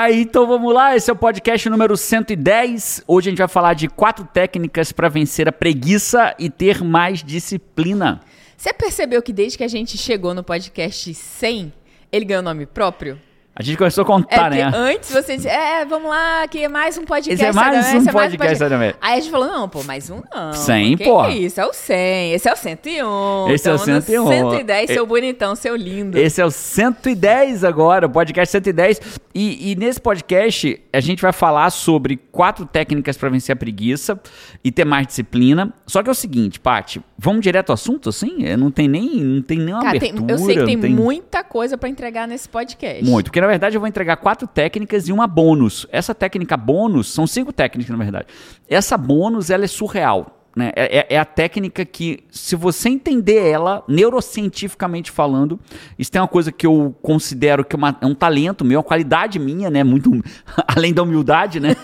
Então vamos lá, esse é o podcast número 110. Hoje a gente vai falar de 4 técnicas para vencer a preguiça e ter mais disciplina. Você percebeu que desde que a gente chegou no podcast 100, ele ganhou nome próprio? A gente começou a contar, né? Antes você disse, vamos lá, aqui é mais um podcast. Esse é mais um podcast. Aí a gente falou, não, pô, mais um não. 100, que pô. Que é isso? É o 100, esse é o 101. Esse é o 101. 110, seu bonitão, seu lindo. Esse é o 110 agora, o podcast 110. E nesse podcast a gente vai falar sobre 4 técnicas para vencer a preguiça e ter mais disciplina. Só que é o seguinte, Paty, vamos direto ao assunto, assim? Não tem nenhuma abertura. Eu sei que tem muita coisa para entregar nesse podcast. Muito, porque na verdade eu vou entregar 4 técnicas e uma bônus. Essa técnica bônus, são 5 técnicas na verdade. Essa bônus, ela é surreal. Né? É a técnica que, se você entender ela, neurocientificamente falando, isso tem uma coisa que eu considero que é um talento meu, uma qualidade minha, né? Muito, além da humildade, né?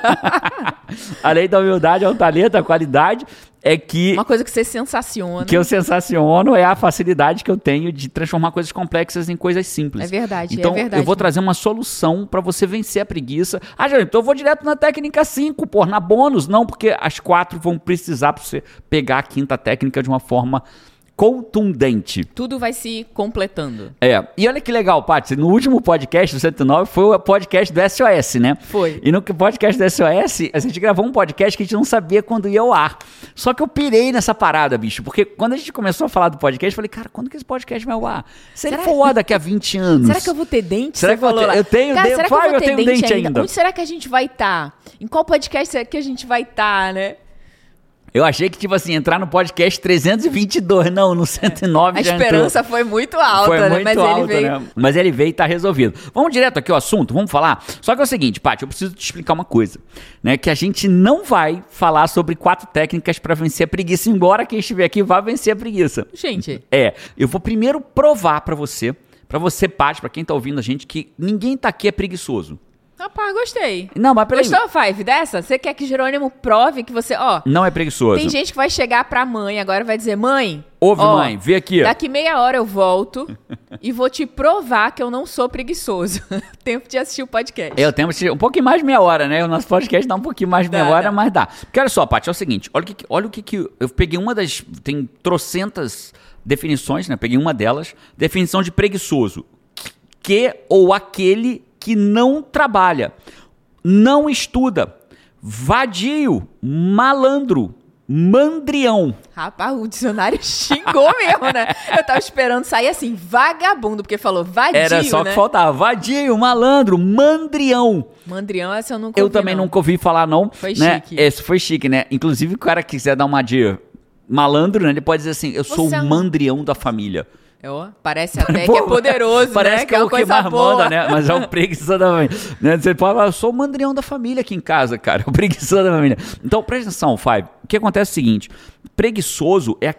Além da humildade, é um talento, a qualidade é que... Uma coisa que você sensaciona. Que eu sensaciono é a facilidade que eu tenho de transformar coisas complexas em coisas simples. É verdade, então, é verdade. Eu vou trazer uma solução para você vencer a preguiça. Então eu vou direto na técnica 5, na bônus. Não, porque as 4 vão precisar para você pegar a 5ª técnica de uma forma contundente. Tudo vai se completando. E olha que legal, Paty, no último podcast do 109 foi o podcast do SOS, né? Foi. E no podcast do SOS, a gente gravou um podcast que a gente não sabia quando ia ao ar. Só que eu pirei nessa parada, bicho, porque quando a gente começou a falar do podcast, eu falei, cara, quando que esse podcast vai ao ar? Se ele for ao ar daqui a 20 anos... Será que eu vou ter dente? Será que eu tenho cara, dente? Eu tenho dente ainda. Onde será que a gente vai estar? Em qual podcast será que a gente vai estar, né? Eu achei que, tipo assim, entrar no podcast 322, não, no 109 a já esperança entrou. foi muito alta, foi muito né? alta, ele veio... né? Mas ele veio e tá resolvido. Vamos direto aqui ao assunto, vamos falar? Só que é o seguinte, Paty, eu preciso te explicar uma coisa, né? Que a gente não vai falar sobre 4 técnicas para vencer a preguiça, embora quem estiver aqui vá vencer a preguiça. Gente. Eu vou primeiro provar para você, Paty, para quem tá ouvindo a gente, que ninguém tá aqui é preguiçoso. Rapaz, gostei. Não, mas peraí. Gostou, Five, dessa? Você quer que Jerônimo prove que você... Não é preguiçoso. Tem gente que vai chegar pra mãe agora e vai dizer, mãe... Mãe, vê aqui. Daqui meia hora eu volto e vou te provar que eu não sou preguiçoso. Tempo de assistir o podcast. Eu tenho um pouquinho mais de meia hora, né? O nosso podcast dá um pouquinho mais de meia hora, mas dá. Porque olha só, Paty, é o seguinte. Olha o que eu peguei uma das... Tem trocentas definições, né? Peguei uma delas. Definição de preguiçoso. Que ou aquele... que não trabalha, não estuda, vadio, malandro, mandrião. Rapaz, o dicionário xingou mesmo, né? Eu tava esperando sair assim, vagabundo, porque falou vadio, Era só né? que faltava, vadio, malandro, mandrião. Mandrião, essa eu nunca ouvi, também nunca ouvi falar, não. Foi né? chique. Esse foi chique, né? Inclusive, o cara que quiser dar uma de malandro, né? Ele pode dizer assim, eu sou o mandrião da família. Parece até que é poderoso, parece né? que é o que mais boa. manda, né? Mas é o preguiçoso da família. Né? Você pode falar, eu sou o mandrião da família aqui em casa, cara. O preguiçoso da família. Então, presta atenção, Five. O que acontece é o seguinte. Preguiçoso é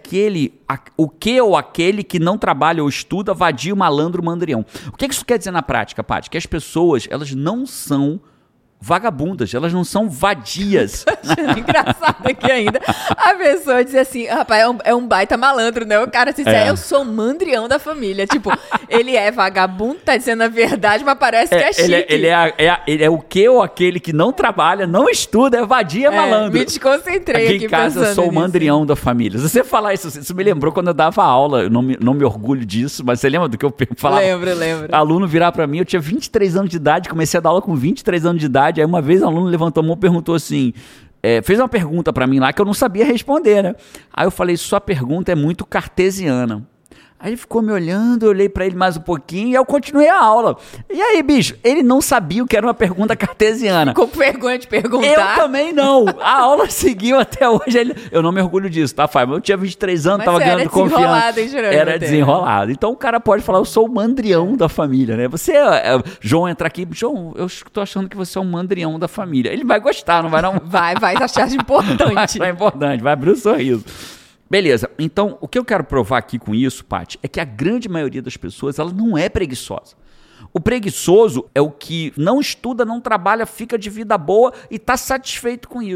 o que ou aquele que não trabalha ou estuda, vadio, malandro, mandrião. O que isso quer dizer na prática, Paty? Que as pessoas, elas não são... vagabundas, elas não são vadias. Engraçado aqui ainda. A pessoa diz assim, rapaz, é um baita malandro, né? O cara se diz, eu sou o mandrião da família. Tipo, ele é vagabundo, tá dizendo a verdade, mas parece que é chique. Ele é o que ou aquele que não trabalha, não estuda, é vadia, é malandro. Me desconcentrei aqui em casa eu sou o mandrião da família. Se você falar isso me lembrou quando eu dava aula, eu não me orgulho disso, mas você lembra do que eu falava? Lembro. Aluno virar pra mim, eu tinha 23 anos de idade, comecei a dar aula com 23 anos de idade. Aí uma vez um aluno levantou a mão e perguntou assim, fez uma pergunta pra mim lá que eu não sabia responder, né? Aí eu falei, sua pergunta é muito cartesiana. Aí ele ficou me olhando, eu olhei pra ele mais um pouquinho e eu continuei a aula. E aí, bicho, ele não sabia o que era uma pergunta cartesiana. Ficou com vergonha de perguntar? Eu também não. A aula seguiu até hoje. Eu não me orgulho disso, tá, Fábio? Eu tinha 23 anos, tava ganhando confiança. Hein, Jerônimo? Era desenrolado. Então o cara pode falar, eu sou o mandrião da família, né? Você, João, entra aqui, João, eu tô achando que você é um mandrião da família. Ele vai gostar, não vai não? Vai achar importante. Vai importante, vai abrir o sorriso. Beleza, então o que eu quero provar aqui com isso, Paty, é que a grande maioria das pessoas, ela não é preguiçosa. O preguiçoso é o que não estuda, não trabalha, fica de vida boa e está satisfeito com isso.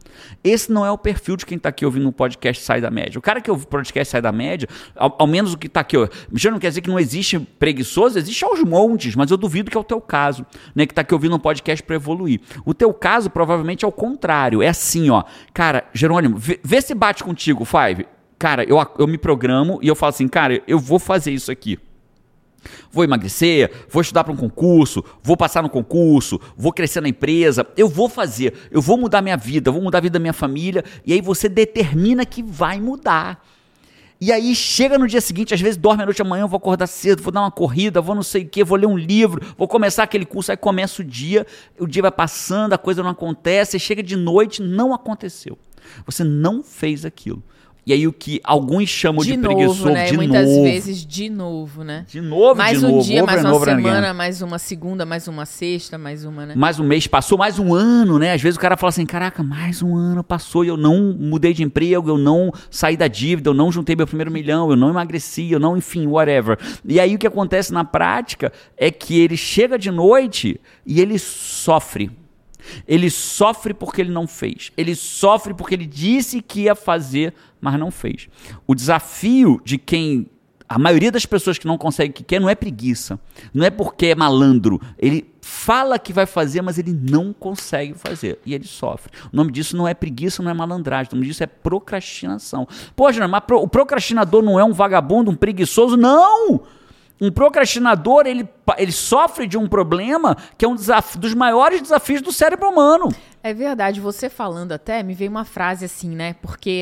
Esse não é o perfil de quem está aqui ouvindo um podcast Sai da Média. O cara que ouve o podcast Sai da Média, ao menos o que está aqui, já não quer dizer que não existe preguiçoso, existe aos montes, mas eu duvido que é o teu caso, né, que está aqui ouvindo um podcast para evoluir. O teu caso provavelmente é o contrário, é assim, ó, cara, Jerônimo, vê se bate contigo, Five. Cara, eu me programo e eu falo assim, cara, eu vou fazer isso aqui. Vou emagrecer, vou estudar para um concurso, vou passar no concurso, vou crescer na empresa, eu vou fazer, eu vou mudar minha vida, vou mudar a vida da minha família, e aí você determina que vai mudar. E aí chega no dia seguinte, às vezes dorme a noite, amanhã eu vou acordar cedo, vou dar uma corrida, vou não sei o que, vou ler um livro, vou começar aquele curso, aí começa o dia vai passando, a coisa não acontece, aí chega de noite, não aconteceu. Você não fez aquilo. E aí o que alguns chamam de preguiçoso, né? Muitas vezes de novo, né? De novo, mais um dia, mais uma semana, mais uma segunda, mais uma sexta, mais uma, né? Mais um mês passou, mais um ano, né? Às vezes o cara fala assim, caraca, mais um ano passou e eu não mudei de emprego, eu não saí da dívida, eu não juntei meu primeiro milhão, eu não emagreci, eu não, enfim, whatever. E aí o que acontece na prática é que ele chega de noite e ele sofre. Ele sofre porque ele não fez. Ele sofre porque ele disse que ia fazer, mas não fez. O desafio de quem... A maioria das pessoas que não consegue o que quer não é preguiça. Não é porque é malandro. Ele fala que vai fazer, mas ele não consegue fazer. E ele sofre. O nome disso não é preguiça, não é malandragem. O nome disso é procrastinação. Poxa, mas o procrastinador não é um vagabundo, um preguiçoso? Não! Um procrastinador, ele sofre de um problema que é um dos maiores desafios do cérebro humano. É verdade. Você falando até, me veio uma frase assim, né? Porque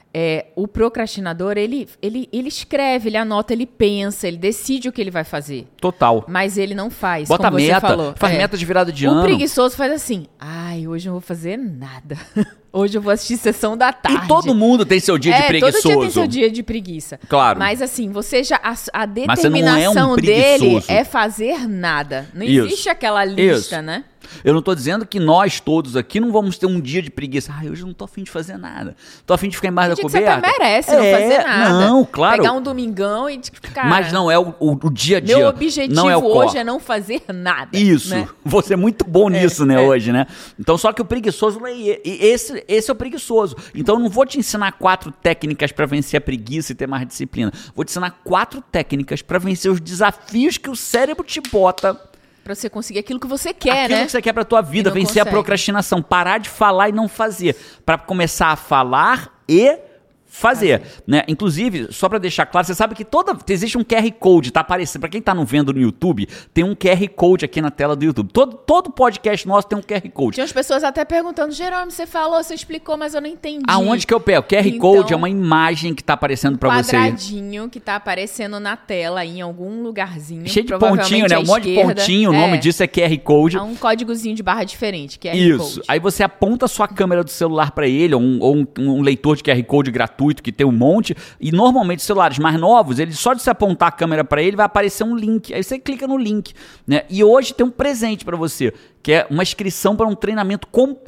o procrastinador, ele escreve, ele anota, ele pensa, ele decide o que ele vai fazer. Total. Mas ele não faz, bota como meta, você falou. Faz meta de virada de ano. O preguiçoso faz assim, hoje eu não vou fazer nada. Hoje eu vou assistir sessão da tarde. E todo mundo tem seu dia de preguiçoso. Todo dia tem seu dia de preguiça. Claro. Mas assim, você já a determinação dele é fazer nada. Não existe aquela lista, né? Eu não tô dizendo que nós todos aqui não vamos ter um dia de preguiça. Hoje eu não tô afim de fazer nada. Tô afim de ficar embaixo da coberta. Você até merece não fazer nada. Não, claro. Pegar um domingão e ficar... Mas não é o dia a dia. Meu objetivo hoje é não fazer nada. Isso. Né? Você é muito bom nisso, né, hoje, né? Então, só que o preguiçoso, esse é o preguiçoso. Então, eu não vou te ensinar 4 técnicas para vencer a preguiça e ter mais disciplina. Vou te ensinar 4 técnicas para vencer os desafios que o cérebro te bota. Pra você conseguir aquilo que você quer, aquilo que você quer pra tua vida, vencer a procrastinação, parar de falar e não fazer, pra começar a falar e fazer, né? Inclusive, só pra deixar claro, você sabe que existe um QR Code, tá aparecendo, pra quem tá não vendo no YouTube, tem um QR Code aqui na tela do YouTube. Todo podcast nosso tem um QR Code. Tinha as pessoas até perguntando, Jerônimo, você falou, você explicou, mas eu não entendi. Aonde que eu pego? O QR Code é uma imagem que tá aparecendo pra você. Um quadradinho que tá aparecendo na tela, em algum lugarzinho. Cheio de pontinho, né? Um monte de pontinho, o nome disso é QR Code. É um códigozinho de barra diferente, QR Code. Isso. Aí você aponta a sua câmera do celular pra ele, ou um leitor de QR Code gratuito, que tem um monte, e normalmente celulares mais novos, ele só de se apontar a câmera para ele vai aparecer um link, aí você clica no link, né? E hoje tem um presente para você, que é uma inscrição para um treinamento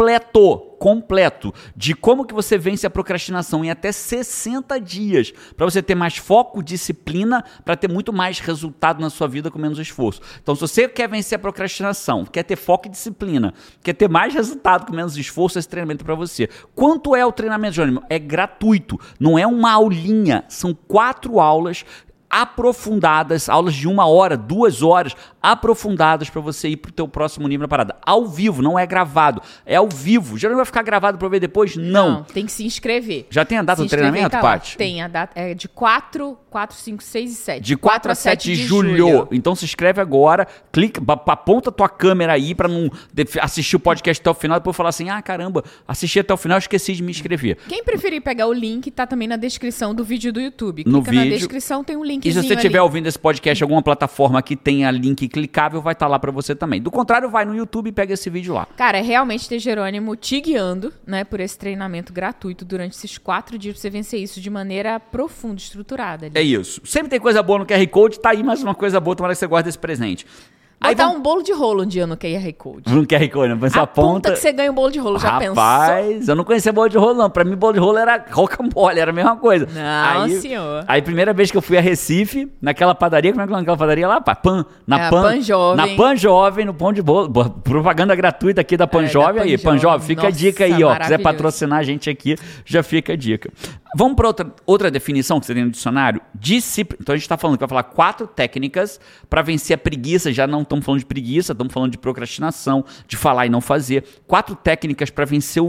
completo de como que você vence a procrastinação em até 60 dias, para você ter mais foco, disciplina, para ter muito mais resultado na sua vida com menos esforço. Então, se você quer vencer a procrastinação, quer ter foco e disciplina, quer ter mais resultado com menos esforço, esse treinamento é para você. Quanto é o treinamento, Jerônimo? É gratuito, não é uma aulinha, são 4 aulas aprofundadas, aulas de 1 hora, 2 horas, aprofundadas para você ir pro teu próximo nível na parada. Ao vivo, não é gravado, é ao vivo. Já não vai ficar gravado para ver depois? Não, tem que se inscrever. Já tem a data do treinamento, Paty? Tem, a data é de 4, 5, 6 e 7. De 4 a 7 de julho. Então se inscreve agora, clica, aponta a tua câmera aí para não assistir o podcast até o final e depois falar assim, caramba, assisti até o final, esqueci de me inscrever. Quem preferir pegar o link, tá também na descrição do vídeo do YouTube. Clica na descrição, tem um link. E se você estiver ouvindo esse podcast em alguma plataforma que tenha link clicável, vai estar lá para você também. Do contrário, vai no YouTube e pega esse vídeo lá. Cara, é realmente ter Jerônimo te guiando, né, por esse treinamento gratuito durante esses 4 dias pra você vencer isso de maneira profunda, estruturada. Ali. É isso. Sempre tem coisa boa no QR Code, tá aí mais uma coisa boa, tomara que você guarde esse presente. Botar um bolo de rolo um dia no QR Code. No QR Code, né? Você aponta que você ganha um bolo de rolo, já pensou? Rapaz, eu não conhecia bolo de rolo, não. Pra mim, bolo de rolo era rocambole, era a mesma coisa. Não, senhor. Aí, primeira vez que eu fui a Recife, naquela padaria, como é que é aquela padaria lá? Pan Jovem. Na Pan Jovem, no Pão de Bolo. Propaganda gratuita aqui da Pan Jovem. Aí, Pan Jovem, fica a dica aí, ó. Quiser patrocinar a gente aqui, já fica a dica. Vamos para outra definição que você tem no dicionário? Então a gente está falando que vai falar 4 técnicas para vencer a preguiça. Já não estamos falando de preguiça, estamos falando de procrastinação, de falar e não fazer. 4 técnicas para vencer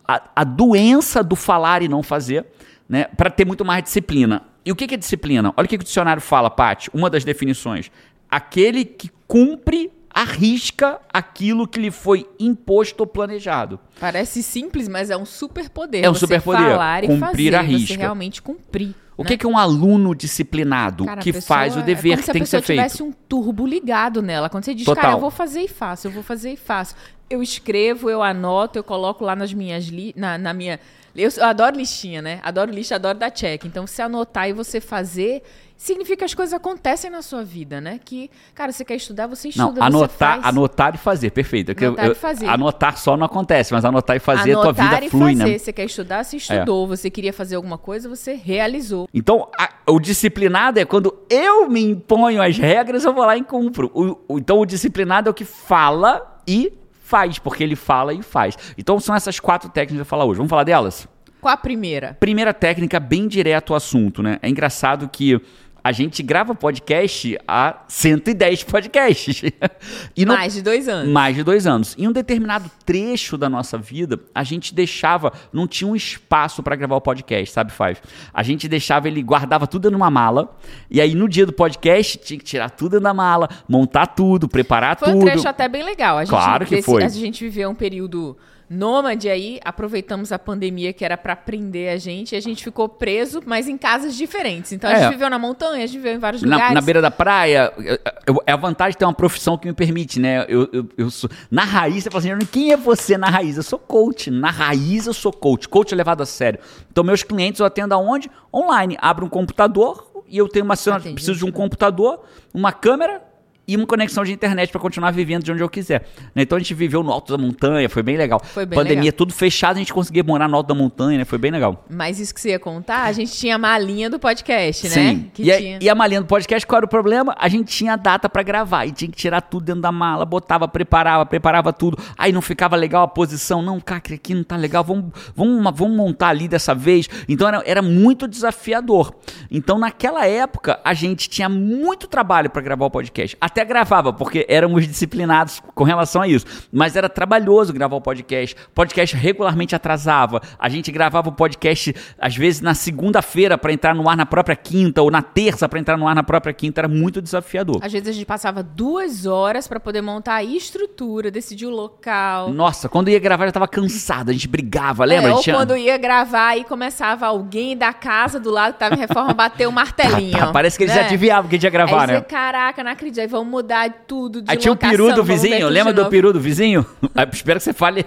a doença do falar e não fazer, né? Para ter muito mais disciplina. E o que é disciplina? Olha o que o dicionário fala, Paty. Uma das definições. Aquele que cumpre à risca aquilo que lhe foi imposto ou planejado. Parece simples, mas é um superpoder. É um superpoder. Falar cumprir e fazer, à risca. Você realmente cumprir. O que é um aluno disciplinado? Cara, que faz o dever que tem que ser feito? Como se a pessoa tivesse um turbo ligado nela. Quando você diz, Total. Cara, eu vou fazer e faço, eu vou fazer e faço. Eu escrevo, eu anoto, eu coloco lá nas minhas... na minha... Eu adoro listinha, né? Adoro lista, adoro dar check. Então, se anotar e você fazer... significa que as coisas acontecem na sua vida, né? Que, cara, você quer estudar, você estuda, não, você faz. Anotar e fazer, perfeito. Anotar e fazer. Anotar só não acontece, mas anotar e fazer, a tua vida flui, né? Você quer estudar, você estudou. Você queria fazer alguma coisa, você realizou. Então, o disciplinado é quando eu me imponho as regras, eu vou lá e cumpro. Então, o disciplinado é o que fala e faz, porque ele fala e faz. Então, são essas 4 técnicas que eu vou falar hoje. Vamos falar delas? Qual a primeira? Primeira técnica, bem direto ao assunto, né? É engraçado que a gente grava podcast há 110 podcasts. Mais de 2 anos. Mais de 2 anos. Em um determinado trecho da nossa vida, a gente não tinha um espaço para gravar o podcast, sabe, Five? A gente guardava tudo numa mala, e aí no dia do podcast tinha que tirar tudo da mala, montar tudo, preparar tudo. Foi um trecho até bem legal. Claro que foi. A gente viveu um período nômade aí, aproveitamos a pandemia que era pra prender a gente, e a gente ficou preso, mas em casas diferentes. Então a gente viveu na montanha, a gente viveu em vários lugares. Na beira da praia, é a vantagem de ter uma profissão que me permite, né? Eu sou, na raiz, você fala assim, quem é você na raiz? Eu sou coach. Na raiz eu sou coach. Coach é levado a sério. Então meus clientes eu atendo aonde? Online. Abro um computador e eu tenho preciso de um computador, uma câmera e uma conexão de internet para continuar vivendo de onde eu quiser. Então a gente viveu no alto da montanha, foi bem legal. Foi bem Pandemia, legal. Tudo fechado, a gente conseguia morar no alto da montanha, né? Foi bem legal. Mas isso que você ia contar, a gente tinha a malinha do podcast, né? Sim. E a malinha do podcast, qual era o problema? A gente tinha a data para gravar e tinha que tirar tudo dentro da mala, botava, preparava tudo. Aí não ficava legal a posição. Não, cara, aqui não tá legal, vamos montar ali dessa vez. Então era muito desafiador. Então naquela época, a gente tinha muito trabalho para gravar o podcast. Até gravava, porque éramos disciplinados com relação a isso. Mas era trabalhoso gravar o podcast. O podcast regularmente atrasava. A gente gravava o podcast, às vezes, na segunda-feira para entrar no ar na própria quinta, ou na terça para entrar no ar na própria quinta. Era muito desafiador. Às vezes a gente passava 2 horas para poder montar a estrutura, decidir o local. Nossa, quando ia gravar já tava cansado. A gente brigava, lembra? Ou quando ia gravar e começava alguém da casa do lado que tava em reforma bater o martelinho. Parece que eles já adivinhavam que a gente ia gravar, aí né? Caraca, não acredito. Aí vamos mudar tudo de Aí tinha o peru do vizinho, lembra do peru do vizinho? Espero que você fale.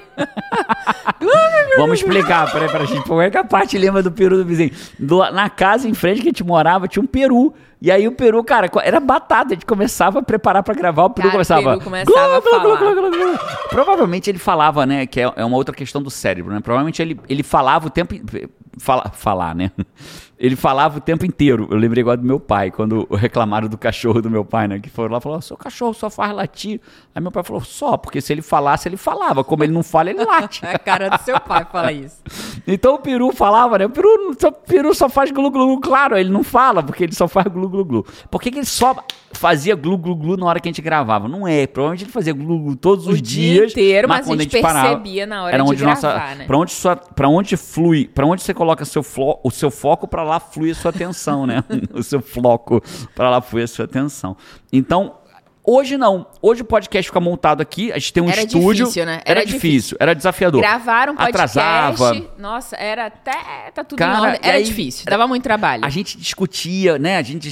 Vamos explicar, peraí, gente. Como é que a parte lembra do peru do vizinho? Na casa em frente que a gente morava, tinha um peru. E aí o peru, cara, era batata. A gente começava a preparar pra gravar, o peru começava... O peru começava a falar. Provavelmente ele falava, né, que é uma outra questão do cérebro, né? Provavelmente ele falava o tempo... Falar, né? Ele falava o tempo inteiro. Eu lembrei agora do meu pai, quando reclamaram do cachorro do meu pai, né? Que foram lá e falaram, seu cachorro só faz latir. Aí meu pai falou, só, porque se ele falasse, ele falava. Como ele não fala, ele late. A cara do seu pai fala isso. Então o peru falava, né? O peru só faz glu-glu-glu. Claro, ele não fala, porque ele só faz glu-glu-glu. Por que ele só fazia glu-glu-glu na hora que a gente gravava? Não é. Provavelmente ele fazia glu-glu todos os dias. O dia inteiro, mas a gente percebia na hora de gravar, né? Pra onde flui, pra onde você coloca o seu foco, pra lá flui a sua atenção, né? O seu floco, pra lá flui a sua atenção. Então, hoje não. Hoje o podcast fica montado aqui, a gente tem um estúdio. Difícil, né? Era difícil, era desafiador. Gravar um podcast, atrasava. Nossa, era até... Tá tudo Cara, em ordem. Era difícil, dava muito trabalho. A gente discutia, né? A gente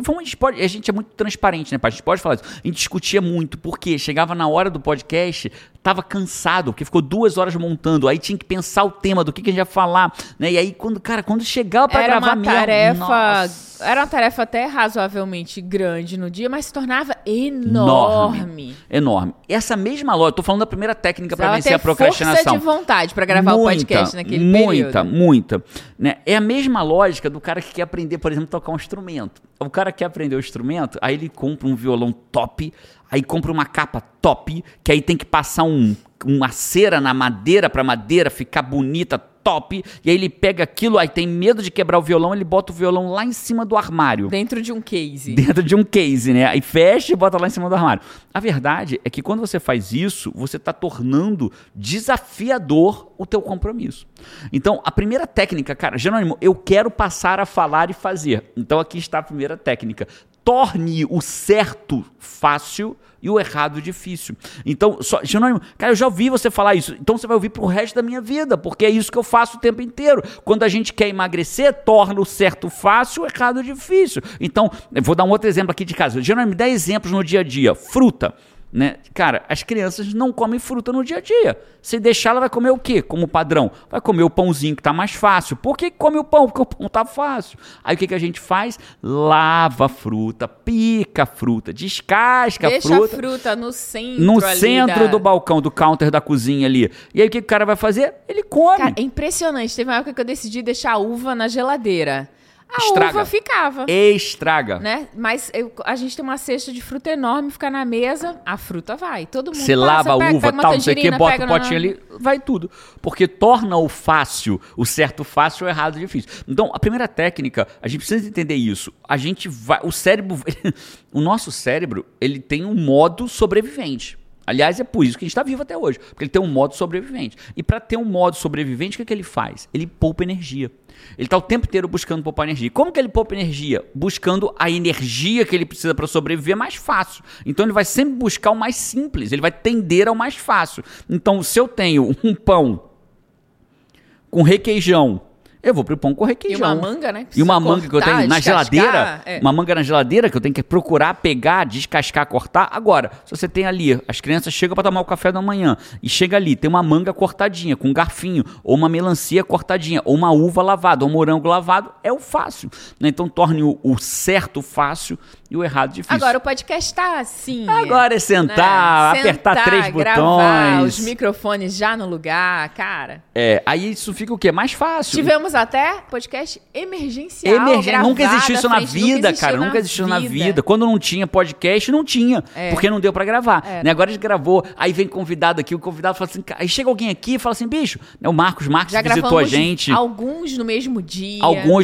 é muito transparente, né? A gente pode falar isso. A gente discutia muito, porque chegava na hora do podcast, tava cansado, porque ficou 2 horas montando, aí tinha que pensar o tema do que a gente ia falar, né? E aí, quando chegava pra gravar mesmo... Era uma tarefa até razoavelmente grande no dia, mas se tornava enorme. Essa mesma lógica, tô falando da primeira técnica para vencer a procrastinação. Força de vontade para gravar o podcast naquele período. Muita. Né? É a mesma lógica do cara que quer aprender, por exemplo, a tocar um instrumento. O cara quer aprender o instrumento, aí ele compra um violão top, aí compra uma capa top, que aí tem que passar uma cera na madeira pra madeira ficar bonita, top, e aí ele pega aquilo, aí tem medo de quebrar o violão, ele bota o violão lá em cima do armário. Dentro de um case. Né? Aí fecha e bota lá em cima do armário. A verdade é que quando você faz isso, você está tornando desafiador o teu compromisso. Então, a primeira técnica, cara, Jerônimo, eu quero passar a falar e fazer. Então, aqui está a primeira técnica. Torne o certo fácil e o errado difícil. Então, Jerônimo, cara, eu já ouvi você falar isso. Então você vai ouvir pro resto da minha vida, porque é isso que eu faço o tempo inteiro. Quando a gente quer emagrecer, torna o certo fácil, o errado difícil. Então, eu vou dar um outro exemplo aqui de casa. Jerônimo, me dá exemplos no dia a dia. Fruta. Né? Cara, as crianças não comem fruta no dia a dia. Se deixar, ela vai comer o quê? Como padrão? Vai comer o pãozinho que tá mais fácil. Por que come o pão? Porque o pão tá fácil. Aí o que a gente faz? Lava a fruta, pica a fruta, descasca a fruta. Deixa a fruta no centro. No centro do balcão, do counter da cozinha ali. E aí o que o cara vai fazer? Ele come. Cara, é impressionante. Teve uma época que eu decidi deixar a uva na geladeira. Estraga. Uva ficava. Estraga. Né? Mas a gente tem uma cesta de fruta enorme, fica na mesa, a fruta vai. Todo mundo você lava a uva, tal, não sei o que, bota o potinho ali, vai tudo. Porque torna o fácil, o certo fácil, o errado difícil. Então, a primeira técnica, a gente precisa entender isso. A gente vai... O cérebro... o nosso cérebro, ele tem um modo sobrevivente. Aliás, é por isso que a gente está vivo até hoje. Porque ele tem um modo sobrevivente. E para ter um modo sobrevivente, o que ele faz? Ele poupa energia. Ele está o tempo inteiro buscando poupar energia. Como que ele poupa energia? Buscando a energia que ele precisa para sobreviver mais fácil. Então ele vai sempre buscar o mais simples. Ele vai tender ao mais fácil. Então, se eu tenho um pão com requeijão, eu vou pro pão com requeijão. E uma manga, né? E uma manga que eu tenho na geladeira. Uma manga na geladeira que eu tenho que procurar, pegar, descascar, cortar. Agora, se você tem ali, as crianças chegam para tomar o café da manhã e chega ali, tem uma manga cortadinha, com um garfinho, ou uma melancia cortadinha, ou uma uva lavada, ou um morango lavado, é o fácil. Né? Então torne o certo fácil e o errado difícil. Agora o podcast tá assim. Agora é sentar, né? Apertar 3 gravar, botões. Os microfones já no lugar, cara. Aí isso fica o quê? Mais fácil. Tivemos até podcast emergencial. Nunca existiu isso na vida, cara. Nunca existiu na vida. Quando não tinha podcast, não tinha. Porque não deu pra gravar. Né? Agora a gente gravou, aí vem convidado aqui, o convidado fala assim, aí chega alguém aqui e fala assim, bicho, né, o Marcos já visitou a gente. Alguns no mesmo dia.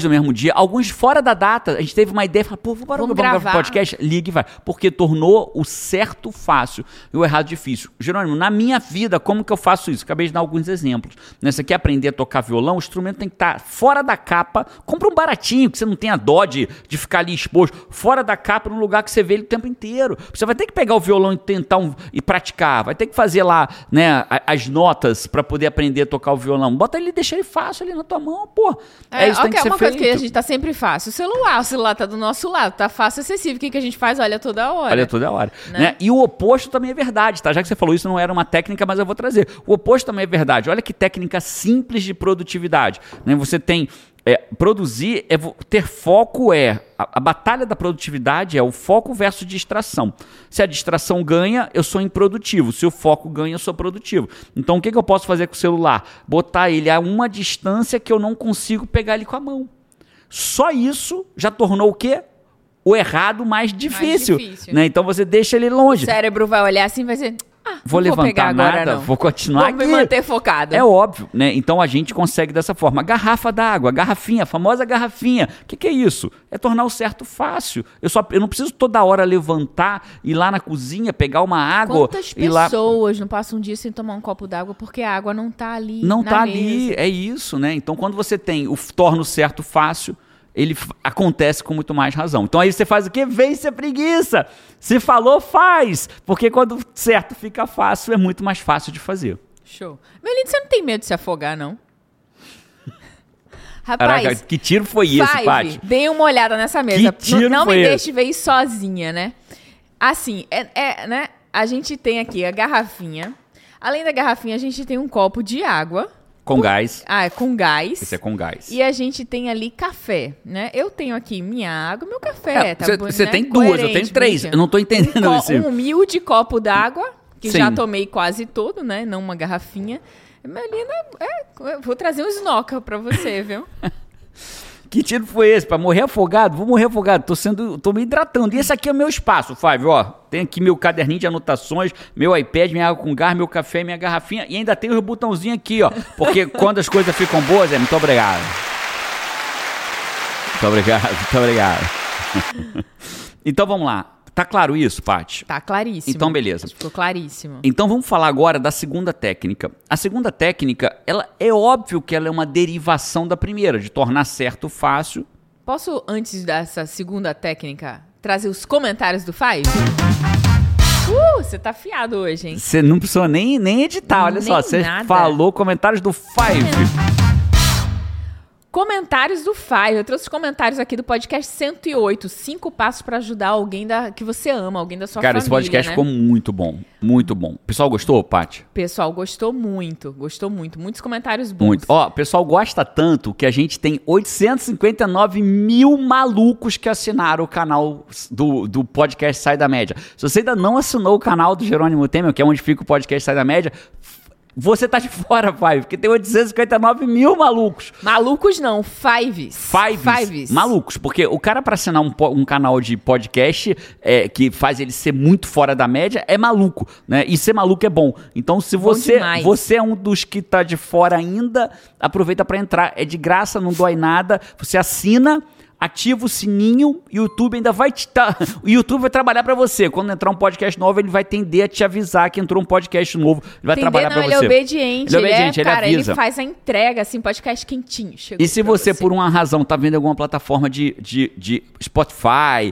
Alguns fora da data. A gente teve uma ideia, falou, pô, vamos gravar podcast, liga e vai. Porque tornou o certo fácil e o errado difícil. Jerônimo, na minha vida, como que eu faço isso? Acabei de dar alguns exemplos. Né? Você quer aprender a tocar violão, o instrumento tem que estar fora da capa. Compra um baratinho, que você não tenha dó de ficar ali exposto. Fora da capa, num lugar que você vê ele o tempo inteiro. Você vai ter que pegar o violão e tentar e praticar. Vai ter que fazer lá, né, as notas para poder aprender a tocar o violão. Bota ele e deixa ele fácil ali na tua mão, pô. Isso tem que ser uma feito. Coisa que a gente tá sempre fácil. O celular tá do nosso lado, tá fácil, acessível. O que a gente faz? Olha toda hora. Né? E o oposto também é verdade, tá? Já que você falou isso, não era uma técnica, mas eu vou trazer. O oposto também é verdade. Olha que técnica simples de produtividade. Né? Você tem... produzir, ter foco a batalha da produtividade é o foco versus distração. Se a distração ganha, eu sou improdutivo. Se o foco ganha, eu sou produtivo. Então, o que eu posso fazer com o celular? Botar ele a uma distância que eu não consigo pegar ele com a mão. Só isso já tornou o quê? O errado mais difícil. Né? Então, você deixa ele longe. O cérebro vai olhar assim e vai dizer... vou levantar nada, vou continuar aqui. Vou me manter focado. É óbvio, né? Então a gente consegue dessa forma. Garrafa d'água, garrafinha, a famosa garrafinha. O que é isso? É tornar o certo fácil. Eu não preciso toda hora levantar, ir lá na cozinha, pegar uma água. Quantas pessoas não passam um dia sem tomar um copo d'água porque a água não tá ali Não tá ali, é isso, né? Então quando você tem torna o certo fácil, ele acontece com muito mais razão. Então aí você faz o quê? Vence a preguiça. Se falou, faz. Porque quando certo fica fácil, é muito mais fácil de fazer. Show. Meu lindo, você não tem medo de se afogar, não? Rapaz, caraca, que tiro foi esse, Paty? Dê uma olhada nessa mesa. Que tiro não foi me esse? deixe ver isso sozinha, né? Assim, né? A gente tem aqui a garrafinha. Além da garrafinha, a gente tem um copo de água. Com gás. É com gás. Esse é com gás. E a gente tem ali café, né? Eu tenho aqui minha água e meu café. Você tem duas, eu tenho três. Eu não tô entendendo isso. Um humilde copo d'água, que já tomei quase todo, né? Não uma garrafinha. Melina, eu vou trazer um snorkel pra você, viu? Que tiro foi esse? Pra morrer afogado? Vou morrer afogado. Tô me hidratando. E esse aqui é o meu espaço, Fábio, ó. Tem aqui meu caderninho de anotações, meu iPad, minha água com gás, meu café, minha garrafinha. E ainda tem os botãozinhos aqui, ó. Porque quando as coisas ficam boas, muito obrigado. Muito obrigado. Então vamos lá. Tá claro isso, Paty? Tá claríssimo. Então, beleza. Ficou claríssimo. Então, vamos falar agora da segunda técnica. A segunda técnica, ela é óbvio que ela é uma derivação da primeira, de tornar certo fácil. Posso, antes dessa segunda técnica, trazer os comentários do Five? Você tá afiado hoje, hein? Você não precisou nem editar, olha só. Você falou comentários do Five. Comentários do Five. Eu trouxe os comentários aqui do podcast 108. 5 passos pra ajudar alguém que você ama, alguém da sua família. Cara, esse podcast ficou muito bom. Muito bom. O pessoal gostou, Paty? O pessoal gostou muito. Gostou muito. Muitos comentários bons. Muito. Ó, o pessoal gosta tanto que a gente tem 859 mil malucos que assinaram o canal do podcast Sai da Média. Se você ainda não assinou o canal do Jerônimo Temer, que é onde fica o podcast Sai da Média, você tá de fora, Five, porque tem 859 mil malucos. Malucos não, Fives. Malucos, porque o cara pra assinar um canal de podcast que faz ele ser muito fora da média é maluco, né? E ser maluco é bom. Então, se você é um dos que tá de fora ainda, aproveita pra entrar. É de graça, não dói nada. Você assina, ativa o sininho, o YouTube ainda vai o YouTube vai trabalhar pra você. Quando entrar um podcast novo, ele vai tender a te avisar que entrou um podcast novo. Ele vai trabalhar pra você. Ele é obediente. Ele avisa. Ele faz a entrega, assim, podcast quentinho. E se você, por uma razão, tá vendo alguma plataforma de Spotify,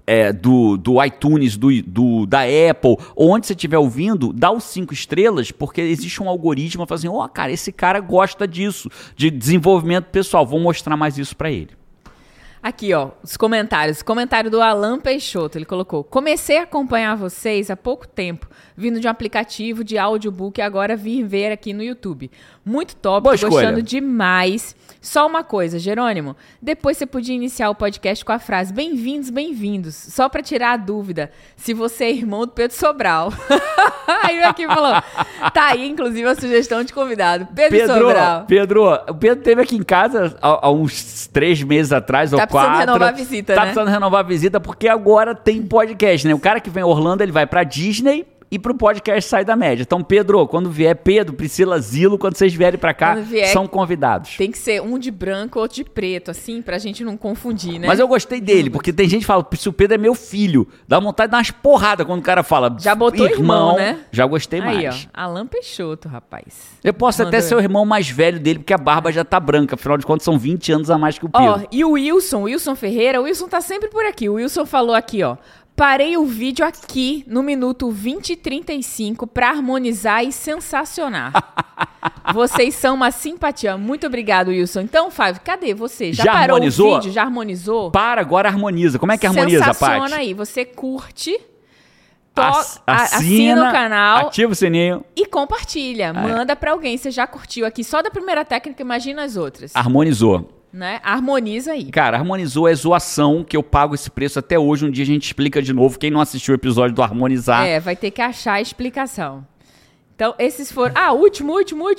do iTunes, da Apple, ou onde você estiver ouvindo, dá os 5 estrelas, porque existe um algoritmo fazendo, cara, esse cara gosta disso, de desenvolvimento pessoal, vou mostrar mais isso pra ele. Aqui, ó, os comentários. Comentário do Alan Peixoto, ele colocou: comecei a acompanhar vocês há pouco tempo, vindo de um aplicativo de audiobook e agora vim ver aqui no YouTube. Muito top, tô gostando demais. Só uma coisa, Jerônimo, depois você podia iniciar o podcast com a frase bem-vindos, bem-vindos, só pra tirar a dúvida se você é irmão do Pedro Sobral. Aí o aqui falou, tá aí inclusive a sugestão de convidado, Pedro Sobral. O Pedro esteve aqui em casa há uns 3 meses atrás, ou 4. Tá precisando renovar a visita, né? Tá precisando renovar a visita porque agora tem podcast, né? O cara que vem em Orlando, ele vai pra Disney e pro podcast Sai da Média. Então, Pedro, quando vier, Priscila, Zilo, quando vocês vierem pra cá, são convidados. Tem que ser um de branco, outro de preto, assim, pra gente não confundir, né? Mas eu gostei dele, porque tem gente que fala, se o Pedro é meu filho, dá vontade de dar umas porradas quando o cara fala, já botou irmão, né? Já gostei aí, mais. Ó, Alan Peixoto, rapaz. Eu posso até ser o irmão mais velho dele, porque a barba já tá branca, afinal de contas são 20 anos a mais que o Pedro. Ó, e o Wilson Ferreira, o Wilson tá sempre por aqui. O Wilson falou aqui, ó, parei o vídeo aqui no minuto 20 e 35 pra harmonizar e sensacionar. Vocês são uma simpatia. Muito obrigado, Wilson. Então, Fábio, cadê você? Já parou harmonizou? O vídeo? Já harmonizou? Para, agora harmoniza. Como é que harmoniza, Paty? Sensaciona aí. Você curte, assina o canal, ativa o sininho e compartilha. Manda pra alguém. Você já curtiu aqui só da primeira técnica, imagina as outras. Harmonizou. Né? Harmoniza aí. Cara, harmonizou é zoação, que eu pago esse preço até hoje. Um dia a gente explica de novo. Quem não assistiu o episódio do harmonizar... vai ter que achar a explicação. Então, esses foram... último.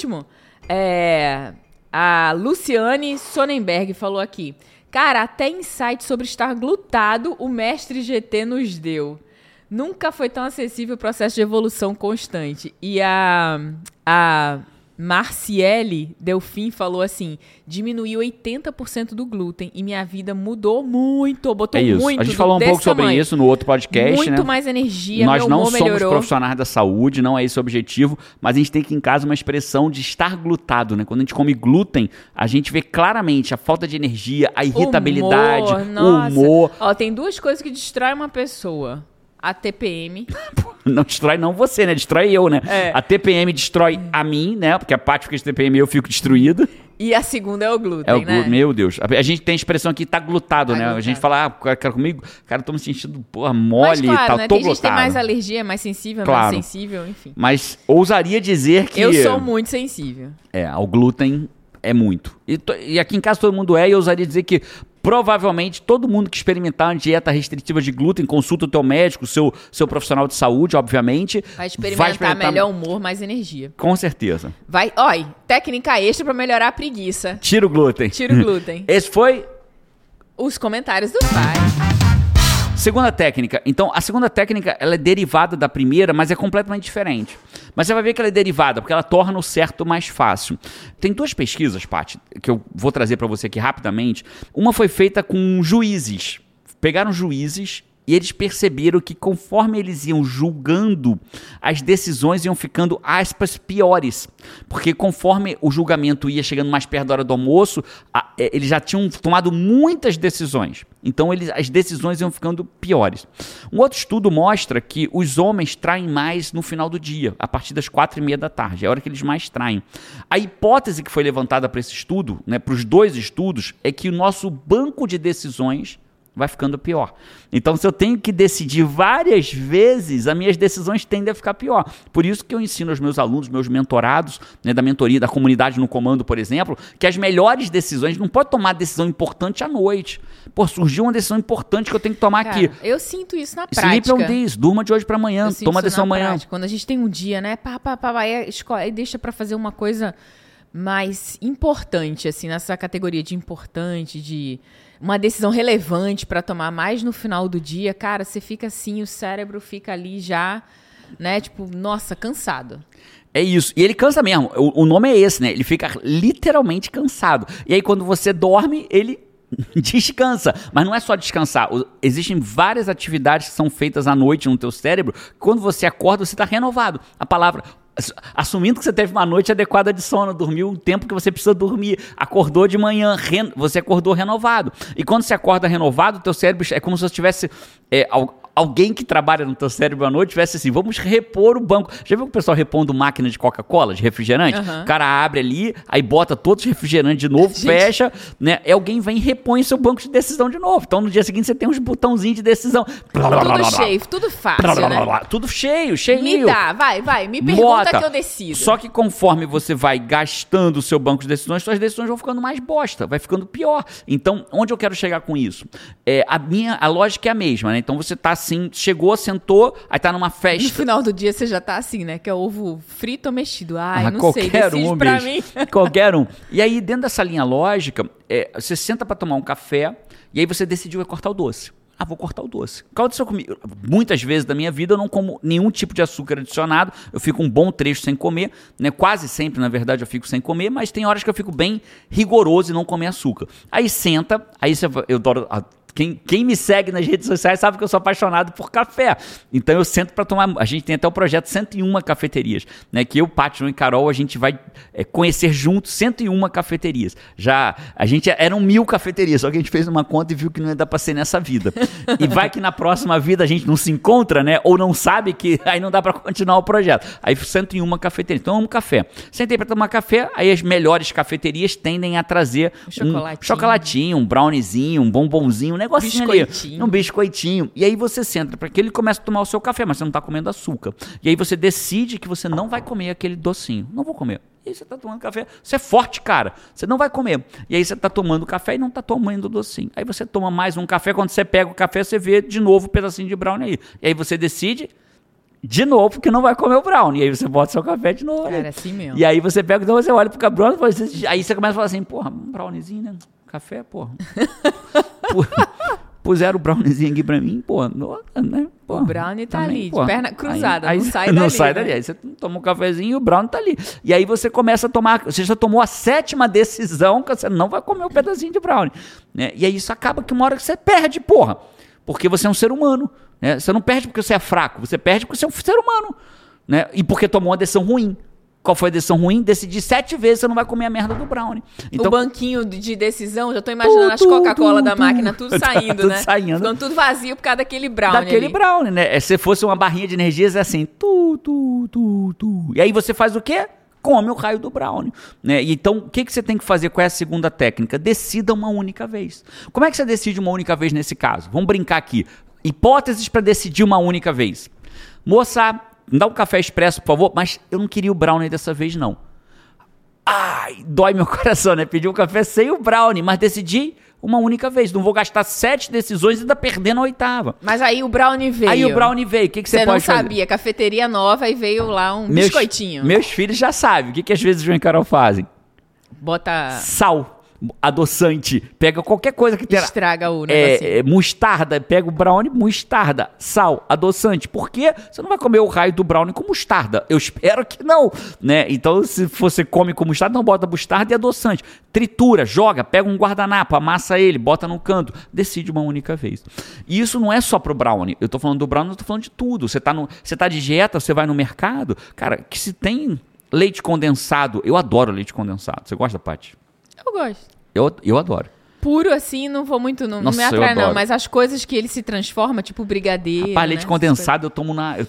A Luciane Sonnenberg falou aqui. Cara, até insight sobre estar glutado o mestre GT nos deu. Nunca foi tão acessível o processo de evolução constante. E a Marciele Delfim falou assim, diminuiu 80% do glúten e minha vida mudou muito, botou muito. A gente falou um pouco sobre isso no outro podcast, muito mais energia, nós meu não humor melhorou. Somos profissionais da saúde, não é esse o objetivo, mas a gente tem aqui em casa uma expressão de estar glutado, né? Quando a gente come glúten, a gente vê claramente a falta de energia, a irritabilidade, o humor. Ó, tem 2 coisas que destroem uma pessoa. A TPM. Não destrói não você, né? Destrói eu, né? A TPM destrói a mim, né? Porque a Paty fica de TPM e eu fico destruído. E a segunda é o glúten, né? Meu Deus. A gente tem a expressão aqui, tá glutado, né? A gente fala, cara, comigo, cara, tô me sentindo, porra, mole e tal, né? tô Tem gente glutado. que tem mais alergia, é mais sensível, mais sensível, enfim. Mas ousaria dizer que... Eu sou muito sensível. Ao glúten é muito. E aqui em casa todo mundo e eu ousaria dizer que provavelmente todo mundo que experimentar uma dieta restritiva de glúten, consulta o teu médico, seu profissional de saúde, obviamente. Vai experimentar melhor humor, mais energia. Com certeza. Técnica extra pra melhorar a preguiça. Tira o glúten. Tira o glúten. Esse foi... Os comentários dos pais. Segunda técnica. Então, a segunda técnica, ela é derivada da primeira, mas é completamente diferente. Mas você vai ver que ela é derivada, porque ela torna o certo mais fácil. Tem 2 pesquisas, Paty, que eu vou trazer para você aqui rapidamente. Uma foi feita com juízes. Pegaram juízes e eles perceberam que conforme eles iam julgando, as decisões iam ficando, aspas, piores. Porque conforme o julgamento ia chegando mais perto da hora do almoço, eles já tinham tomado muitas decisões. Então as decisões iam ficando piores. Um outro estudo mostra que os homens traem mais no final do dia, a partir das 4h30 da tarde. É a hora que eles mais traem. A hipótese que foi levantada para esse estudo, né, para os 2 estudos, é que o nosso banco de decisões vai ficando pior. Então, se eu tenho que decidir várias vezes, as minhas decisões tendem a ficar pior. Por isso que eu ensino aos meus alunos, meus mentorados, né, da mentoria, da comunidade no comando, por exemplo, que as melhores decisões, não pode tomar decisão importante à noite. Pô, surgiu uma decisão importante que eu tenho que tomar aqui. Eu sinto isso na prática. Sleep on this, durma de hoje para amanhã, toma a decisão amanhã. Prática. Quando a gente tem um dia, né, aí deixa para fazer uma coisa mais importante, assim, nessa categoria de importante, de uma decisão relevante para tomar mais no final do dia, cara, você fica assim, o cérebro fica ali já, né, tipo, nossa, cansado. É isso. E ele cansa mesmo. O nome é esse, né? Ele fica literalmente cansado. E aí, quando você dorme, ele descansa. Mas não é só descansar. Existem várias atividades que são feitas à noite no teu cérebro. Quando você acorda, você está renovado. A palavra... Assumindo que você teve uma noite adequada de sono, dormiu o tempo que você precisa dormir, acordou de manhã, você acordou renovado. E quando você acorda renovado, o teu cérebro é como se você tivesse... alguém que trabalha no teu cérebro à noite tivesse assim, vamos repor o banco. Já viu o pessoal repondo máquina de Coca-Cola, de refrigerante? Uhum. O cara abre ali, aí bota todos os refrigerantes de novo, fecha, né? E alguém vem e repõe seu banco de decisão de novo. Então no dia seguinte você tem uns botãozinhos de decisão. Tudo cheio, tudo fácil, né? Tudo cheio. Me dá, vai, me pergunta que eu decido. Só que conforme você vai gastando o seu banco de decisões, suas decisões vão ficando mais bosta, vai ficando pior. Então, onde eu quero chegar com isso? A lógica é a mesma, né? Então você tá assim, chegou, sentou, aí tá numa festa. No final do dia você já tá assim, né? Que é ovo frito ou mexido. Não sei, decide pra mim. Qualquer um. E aí, dentro dessa linha lógica, você senta pra tomar um café e aí você decidiu cortar o doce. Vou cortar o doce. O que aconteceu comigo? Muitas vezes da minha vida eu não como nenhum tipo de açúcar adicionado, eu fico um bom trecho sem comer, né? Quase sempre, na verdade, eu fico sem comer, mas tem horas que eu fico bem rigoroso e não comer açúcar. Aí senta, eu adoro... Quem me segue nas redes sociais sabe que eu sou apaixonado por café. Então eu sento para tomar... A gente tem até o projeto 101 cafeterias, né? Que eu, Paty e Carol, a gente vai conhecer juntos 101 cafeterias. Eram 1000 cafeterias, só que a gente fez uma conta e viu que não ia dar para ser nessa vida. E vai que na próxima vida a gente não se encontra, né? Ou não sabe que aí não dá para continuar o projeto. Aí 101 cafeterias. Então, café. Sentei para tomar café, aí as melhores cafeterias tendem a trazer um chocolatinho, um browniezinho, um bombonzinho, negocinho ali, um biscoitinho. E aí você senta para que ele comece a tomar o seu café, mas você não tá comendo açúcar. E aí você decide que você não vai comer aquele docinho. Não vou comer. E aí você tá tomando café. Você é forte, cara. Você não vai comer. E aí você tá tomando café e não tá tomando docinho. Aí você toma mais um café. Quando você pega o café, você vê de novo um pedacinho de brownie aí. E aí você decide de novo que não vai comer o brownie. E aí você bota seu café de novo. Cara, assim mesmo. E aí você pega, então você olha pro brownie, aí você começa a falar assim, porra, um browniezinho, né? Café, porra. Puseram o browniezinho aqui pra mim, pô, né? Pô, o brownie tá também, ali, pô, de perna cruzada, aí, não sai dali. Não sai dali. Aí você toma um cafezinho e o brownie tá ali. E aí você começa a tomar, você já tomou a 7ª decisão que você não vai comer um pedacinho de brownie. Né? E aí isso acaba que uma hora que você perde, porra. Porque você é um ser humano. Né? Você não perde porque você é fraco, você perde porque você é um ser humano. Né? E porque tomou uma decisão ruim. Qual foi a decisão ruim? Decidir 7 vezes você não vai comer a merda do brownie. Então, o banquinho de decisão, já tô imaginando as Coca-Cola da máquina, tudo saindo, tudo né? Saindo. Ficando tudo vazio por causa daquele brownie. Daquele brownie, né? Se fosse uma barrinha de energias, é assim, E aí você faz o quê? come o raio do brownie, né? Então, o que você tem que fazer com essa segunda técnica? Decida uma única vez. Como é que você decide uma única vez nesse caso? Vamos brincar aqui. Hipóteses para decidir uma única vez. Moça, me dá um café expresso, por favor, mas eu não queria o brownie dessa vez, não. Ai, dói meu coração, né? Pedi um café sem o brownie, mas decidi uma única vez. Não vou gastar 7 decisões e ainda perdendo a 8ª. Mas aí o brownie veio. Aí o brownie veio. O que você pode fazer? Você não sabia. Cafeteria nova e veio lá um biscoitinho. Meus filhos já sabem. O que às vezes o João e Carol fazem? Bota... Sal. Adoçante, pega qualquer coisa que tenha. Estraga o negocinho. Mostarda, pega o brownie, mostarda, sal, adoçante. Por quê? Você não vai comer o raio do brownie com mostarda. Eu espero que não, né? Então, se você come com mostarda, não bota mostarda e adoçante. Tritura, joga, pega um guardanapo, amassa ele, bota no canto. Decide uma única vez. E isso não é só pro brownie. Eu tô falando do brownie, eu tô falando de tudo. Você tá de dieta, você vai no mercado. Cara, que se tem leite condensado. Eu adoro leite condensado. Você gosta, Paty? Eu gosto. Eu adoro. Puro assim, não vou muito, não me atrai não, mas as coisas que ele se transforma, tipo brigadeiro, rapaz, leite condensado eu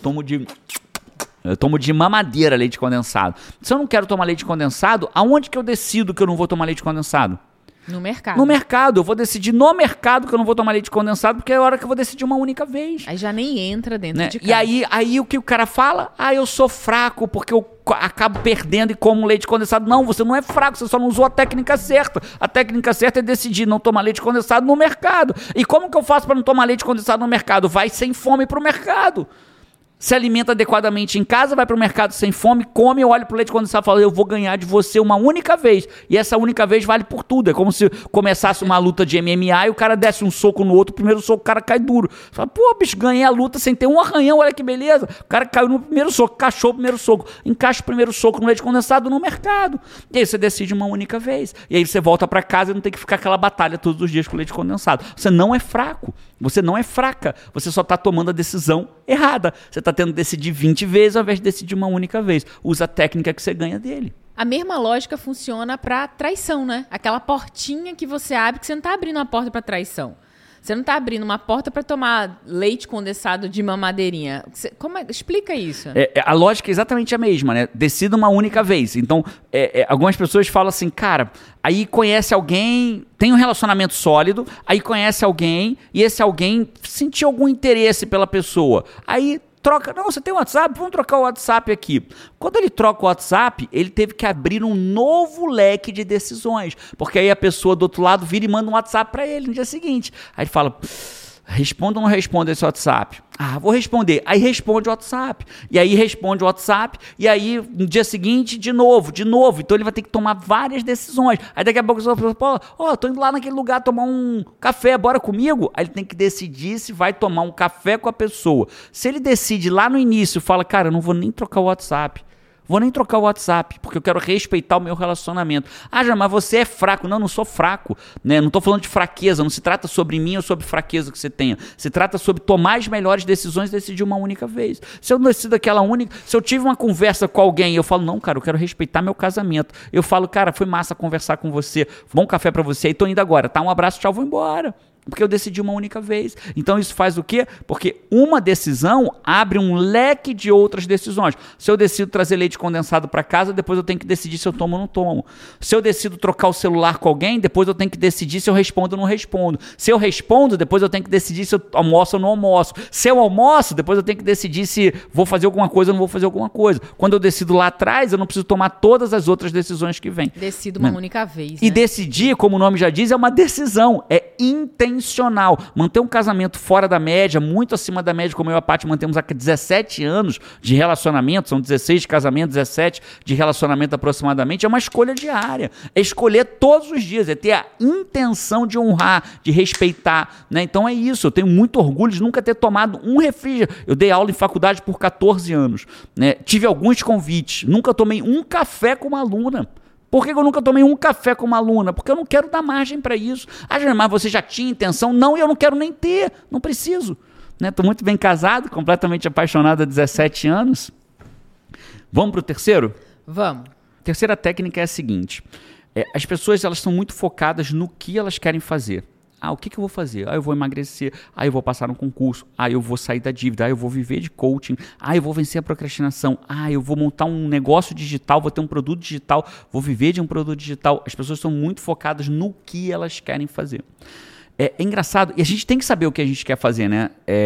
tomo de mamadeira leite condensado. Se eu não quero tomar leite condensado, aonde que eu decido que eu não vou tomar leite condensado? No mercado. No mercado. Eu vou decidir no mercado que eu não vou tomar leite condensado, porque é a hora que eu vou decidir uma única vez. Aí já nem entra dentro de casa. E aí o que o cara fala? Eu sou fraco porque eu acabo perdendo e como leite condensado. Não, você não é fraco, você só não usou a técnica certa. A técnica certa é decidir não tomar leite condensado no mercado. E como que eu faço para não tomar leite condensado no mercado? Vai sem fome pro mercado. Se alimenta adequadamente em casa, vai pro mercado sem fome, come, olha pro leite condensado e fala, eu vou ganhar de você uma única vez. E essa única vez vale por tudo. É como se começasse uma luta de MMA e o cara desse um soco no outro, o primeiro soco o cara cai duro. Você fala, pô, bicho, ganhei a luta sem ter um arranhão, olha que beleza. O cara caiu no primeiro soco, encaixou o primeiro soco. Encaixa o primeiro soco no leite condensado no mercado. E aí você decide uma única vez. E aí você volta pra casa e não tem que ficar aquela batalha todos os dias com o leite condensado. Você não é fraco. Você não é fraca. Você só tá tomando a decisão errada. Você tá tendo que decidir 20 vezes ao invés de decidir uma única vez. Usa a técnica que você ganha dele. A mesma lógica funciona para traição, né? Aquela portinha que você abre, que você não tá abrindo uma porta para traição. Você não tá abrindo uma porta para tomar leite condensado de mamadeirinha. Explica isso. A lógica é exatamente a mesma, né? Decida uma única vez. Então, algumas pessoas falam assim, cara, aí conhece alguém, tem um relacionamento sólido, aí conhece alguém e esse alguém sentiu algum interesse pela pessoa. Aí troca, não, você tem o WhatsApp? Vamos trocar o WhatsApp aqui. Quando ele troca o WhatsApp, ele teve que abrir um novo leque de decisões, porque aí a pessoa do outro lado vira e manda um WhatsApp para ele no dia seguinte. Aí ele fala, responda ou não responda esse WhatsApp? Vou responder. Aí responde o WhatsApp. E aí responde o WhatsApp. E aí, no dia seguinte, de novo. Então ele vai ter que tomar várias decisões. Aí daqui a pouco você fala, tô indo lá naquele lugar tomar um café, bora comigo? Aí ele tem que decidir se vai tomar um café com a pessoa. Se ele decide lá no início, fala, cara, eu não vou nem trocar o WhatsApp. Vou nem trocar o WhatsApp, porque eu quero respeitar o meu relacionamento. Já, mas você é fraco. Não sou fraco. Né? Não estou falando de fraqueza. Não se trata sobre mim ou sobre fraqueza que você tenha. Se trata sobre tomar as melhores decisões e decidir uma única vez. Se eu não decido aquela única... Se eu tive uma conversa com alguém e eu falo, não, cara, eu quero respeitar meu casamento. Eu falo, cara, foi massa conversar com você. Bom café pra você. Aí tô indo agora. Tá, um abraço, tchau, vou embora. Porque eu decidi uma única vez. Então isso faz o quê? Porque uma decisão abre um leque de outras decisões. Se eu decido trazer leite condensado para casa, depois eu tenho que decidir se eu tomo ou não tomo. Se eu decido trocar o celular com alguém, depois eu tenho que decidir se eu respondo ou não respondo. Se eu respondo, depois eu tenho que decidir se eu almoço ou não almoço. Se eu almoço, depois eu tenho que decidir se vou fazer alguma coisa ou não vou fazer alguma coisa. Quando eu decido lá atrás, eu não preciso tomar todas as outras decisões que vêm. Decido uma única vez. E decidir, como o nome já diz, é uma decisão. É intencional. Manter um casamento fora da média, muito acima da média, como eu e a Paty mantemos há 17 anos de relacionamento, são 16 de casamento, 17 de relacionamento aproximadamente, é uma escolha diária. É escolher todos os dias, é ter a intenção de honrar, de respeitar. Né? Então é isso, eu tenho muito orgulho de nunca ter tomado um refrigerante. Eu dei aula em faculdade por 14 anos. Né? Tive alguns convites, nunca tomei um café com uma aluna. Por que eu nunca tomei um café com uma aluna? Porque eu não quero dar margem para isso. Mas você já tinha intenção? Não, e eu não quero nem ter. Não preciso. Estou muito bem casado, completamente apaixonado há 17 anos. Vamos para o terceiro? Vamos. A terceira técnica é a seguinte. As pessoas elas estão muito focadas no que elas querem fazer. o que eu vou fazer? Eu vou emagrecer, eu vou passar no concurso, eu vou sair da dívida, eu vou viver de coaching, eu vou vencer a procrastinação, eu vou montar um negócio digital, vou ter um produto digital, vou viver de um produto digital. As pessoas estão muito focadas no que elas querem fazer. É engraçado, e a gente tem que saber o que a gente quer fazer, né?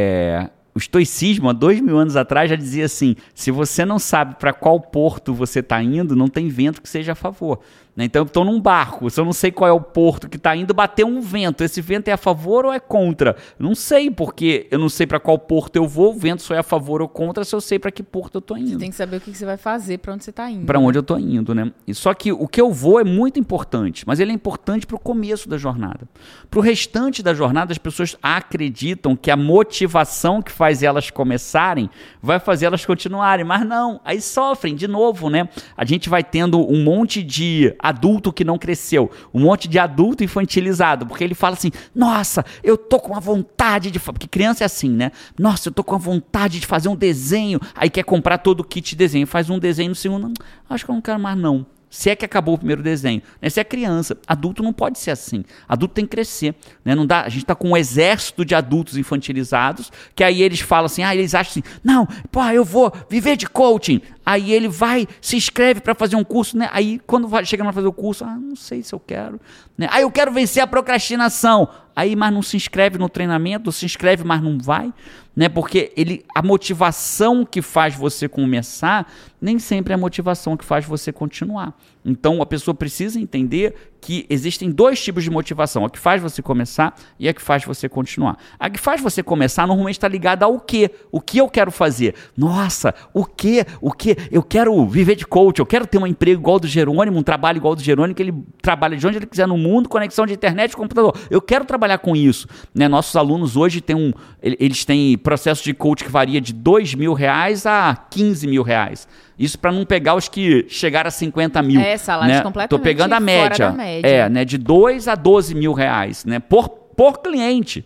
O estoicismo, há 2000 anos atrás, já dizia assim, se você não sabe para qual porto você está indo, não tem vento que seja a favor. Então eu estou num barco, se eu não sei qual é o porto que está indo, bateu um vento. Esse vento é a favor ou é contra? Não sei, porque eu não sei para qual porto eu vou, o vento só é a favor ou contra se eu sei para que porto eu estou indo. Você tem que saber o que você vai fazer, para onde você está indo. Para onde eu estou indo, né? E só que o que eu vou é muito importante, mas ele é importante para o começo da jornada. Para o restante da jornada, as pessoas acreditam que a motivação que faz elas começarem vai fazer elas continuarem, mas não, aí sofrem de novo, né? A gente vai tendo um monte de adulto que não cresceu, um monte de adulto infantilizado, porque ele fala assim, nossa, eu tô com uma vontade de... Porque criança é assim, né? Nossa, eu tô com uma vontade de fazer um desenho, aí quer comprar todo o kit de desenho, faz um desenho no segundo, acho que eu não quero mais não. Se é que acabou o primeiro desenho. Né? Se é criança. Adulto não pode ser assim. Adulto tem que crescer. Né? Não dá, a gente está com um exército de adultos infantilizados, que aí eles falam assim, eles acham assim, não, eu vou viver de coaching. Aí ele vai, se inscreve para fazer um curso, né? Aí quando chega para fazer o curso, não sei se eu quero. Né? Eu quero vencer a procrastinação. Aí, mas não se inscreve no treinamento, se inscreve, mas não vai. Né? Porque a motivação que faz você começar, nem sempre é a motivação que faz você continuar. Então, a pessoa precisa entender que existem dois tipos de motivação. A que faz você começar e a que faz você continuar. A que faz você começar normalmente está ligada ao quê? O que eu quero fazer? Nossa, o quê? Eu quero viver de coach, eu quero ter um emprego igual ao do Jerônimo, um trabalho igual ao do Jerônimo, que ele trabalha de onde ele quiser no mundo, conexão de internet, computador. Eu quero trabalhar com isso. Né? Nossos alunos hoje eles têm processo de coach que varia de R$2.000 a R$15.000. Isso para não pegar os que chegaram a 50 mil. Salários completamente Tô pegando a média. Fora da média. Né, de 2 a 12 mil reais, né, por cliente.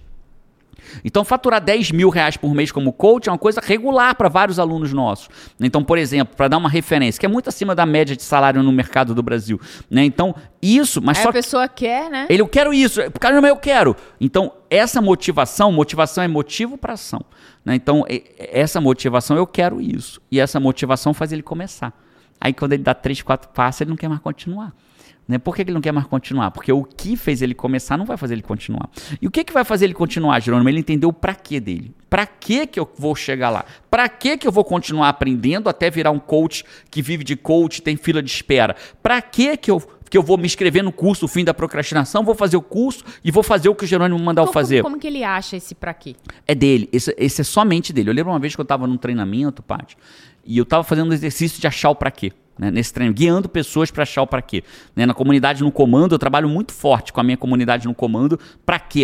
Então, faturar 10 mil reais por mês como coach é uma coisa regular para vários alunos nossos. Então, por exemplo, para dar uma referência, que é muito acima da média de salário no mercado do Brasil. Né? Então, isso... Mas só a pessoa quer, né? Eu quero isso. Caramba, eu quero. Então, essa motivação é motivo para ação. Né? Então, essa motivação, eu quero isso. E essa motivação faz ele começar. Aí, quando ele dá 3, 4 passos, ele não quer mais continuar. Né? Por que ele não quer mais continuar? Porque o que fez ele começar não vai fazer ele continuar. E o que vai fazer ele continuar, Jerônimo? Ele entendeu o pra quê dele. Pra que eu vou chegar lá? Pra que eu vou continuar aprendendo até virar um coach que vive de coach, tem fila de espera? Pra que eu vou me inscrever no curso, o fim da procrastinação, vou fazer o curso e vou fazer o que o Jerônimo mandar eu fazer? Como que ele acha esse pra quê? É dele, esse é somente dele. Eu lembro uma vez que eu estava num treinamento, Paty, e eu estava fazendo um exercício de achar o pra quê. Né, nesse treino, guiando pessoas para achar o para quê. Né, na comunidade no comando, eu trabalho muito forte com a minha comunidade no comando. Para quê?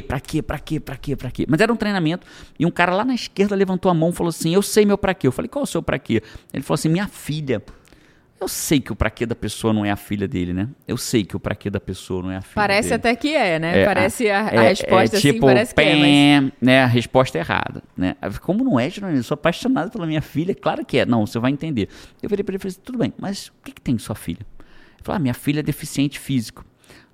Mas era um treinamento e um cara lá na esquerda levantou a mão e falou assim, eu sei meu para quê. Eu falei, qual é o seu para quê? Ele falou assim, minha filha. Eu sei que o pra quê da pessoa não é a filha dele, né? Eu sei que o pra quê da pessoa não é a filha Parece dele. Até que é, né? Parece a resposta assim, tipo, parece que é. Mas... né? A resposta é errada. Né? Como não é, Jerônimo? Eu sou apaixonado pela minha filha. Claro que é. Não, você vai entender. Eu virei para ele e falei assim, tudo bem, mas o que tem em sua filha? Ele falou, minha filha é deficiente físico.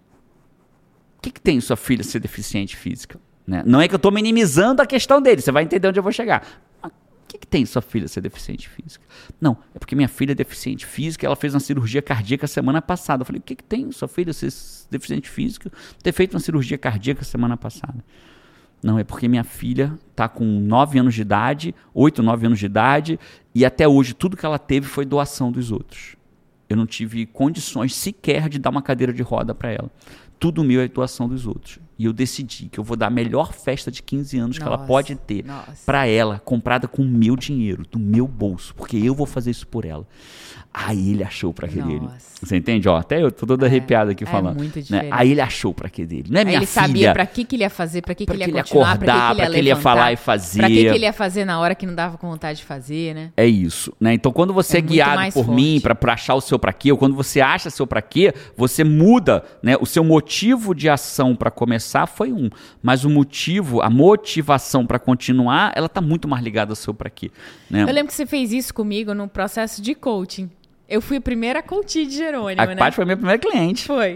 O que tem em sua filha ser deficiente física? Né? Não é que eu estou minimizando a questão dele. Você vai entender onde eu vou chegar. O que tem sua filha ser deficiente física? Não, é porque minha filha é deficiente física, ela fez uma cirurgia cardíaca semana passada. Eu falei, o que tem sua filha ser deficiente física, ter feito uma cirurgia cardíaca semana passada? Não, é porque minha filha está com 9 anos de idade, 8, 9 anos de idade, e até hoje tudo que ela teve foi doação dos outros. Eu não tive condições sequer de dar uma cadeira de roda para ela. Tudo meu é doação dos outros. E eu decidi que eu vou dar a melhor festa de 15 anos que ela pode ter para ela, comprada com o meu dinheiro, do meu bolso, porque eu vou fazer isso por ela. Aí ele achou para que dele. Você entende? Até eu tô todo arrepiado aqui falando. Muito diferente. Né? Aí ele achou para que dele. Não é minha ele filha. Ele sabia para que ele ia fazer, para que ele ia continuar, para que ele ia falar e fazer. Para que ele ia fazer na hora que não dava com vontade de fazer, né? É isso. Né? Então, quando você é guiado por mim para achar o seu para quê, ou quando você acha seu para quê, você muda, né? O seu motivo de ação para começar foi um. Mas o motivo, a motivação para continuar, ela tá muito mais ligada ao seu para quê. Né? Eu lembro que você fez isso comigo no processo de coaching. Eu fui a primeira coach de Jerônimo, né? A Paty foi a minha primeira cliente. Foi.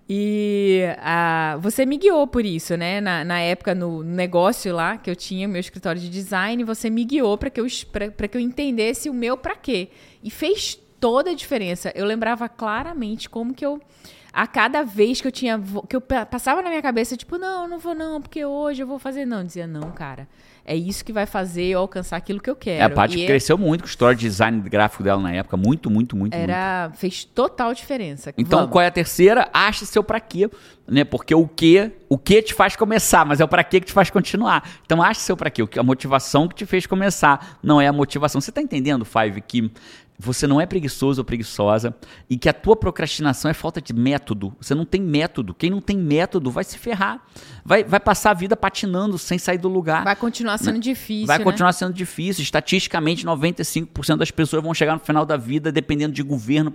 E você me guiou por isso, né? Na época, no negócio lá que eu tinha, meu escritório de design, você me guiou para que eu entendesse o meu pra quê. E fez toda a diferença. Eu lembrava claramente como que eu... A cada vez que eu passava na minha cabeça, tipo, não vou não, porque hoje eu vou fazer. Não, eu dizia, não, cara, é isso que vai fazer eu alcançar aquilo que eu quero. A Paty cresceu muito com o story design gráfico dela na época, muito. Fez total diferença. Então, qual é a terceira? Ache seu pra quê, né? Porque o que te faz começar, mas é o pra quê que te faz continuar. Então, ache seu pra quê, a motivação que te fez começar, não é a motivação. Você tá entendendo, Five, que você não é preguiçoso ou preguiçosa e que a tua procrastinação é falta de método. Você não tem método. Quem não tem método vai se ferrar. Vai passar a vida patinando sem sair do lugar. Vai continuar sendo difícil, Vai continuar sendo difícil. Estatisticamente, 95% das pessoas vão chegar no final da vida dependendo de governo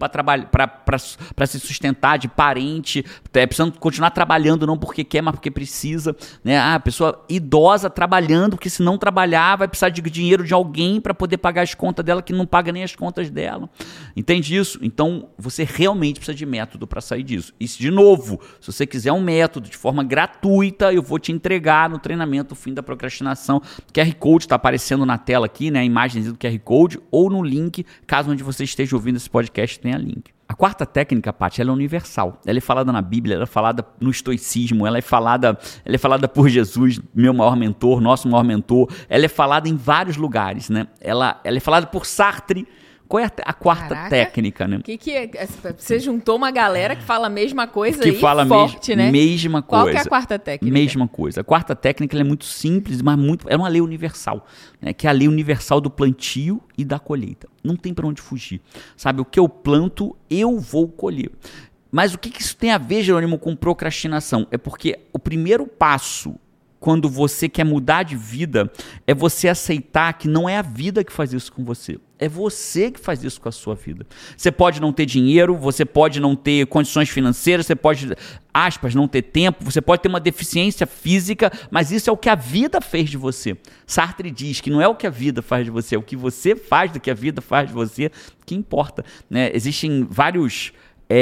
para se sustentar, de parente, precisando continuar trabalhando não porque quer, mas porque precisa. Né? A pessoa idosa trabalhando, porque se não trabalhar vai precisar de dinheiro de alguém para poder pagar as contas dela, que não paga nem as contas dela. Entende isso? Então, você realmente precisa de método para sair disso. E, de novo, se você quiser um método de forma gratuita, eu vou te entregar no treinamento O Fim da Procrastinação. O QR Code está aparecendo na tela aqui, né? A imagem do QR Code, ou no link, caso onde você esteja ouvindo esse podcast tenha link. A quarta técnica, Paty, ela é universal. Ela é falada na Bíblia, ela é falada no estoicismo, ela é falada por Jesus, meu maior mentor, nosso maior mentor. Ela é falada em vários lugares, né? Ela é falada por Sartre. Qual é a quarta técnica, né? Que é? Você juntou uma galera que fala a mesma coisa que fala forte, né? Mesma coisa. Qual que é a quarta técnica? Mesma coisa. A quarta técnica ela é muito simples, mas é uma lei universal, né? Que é a lei universal do plantio e da colheita. Não tem para onde fugir. Sabe, o que eu planto, eu vou colher. Mas o que isso tem a ver, Jerônimo, com procrastinação? É porque o primeiro passo quando você quer mudar de vida, é você aceitar que não é a vida que faz isso com você. É você que faz isso com a sua vida. Você pode não ter dinheiro, você pode não ter condições financeiras, você pode, aspas, não ter tempo, você pode ter uma deficiência física, mas isso é o que a vida fez de você. Sartre diz que não é o que a vida faz de você, é o que você faz do que a vida faz de você que importa. Né? Existem vários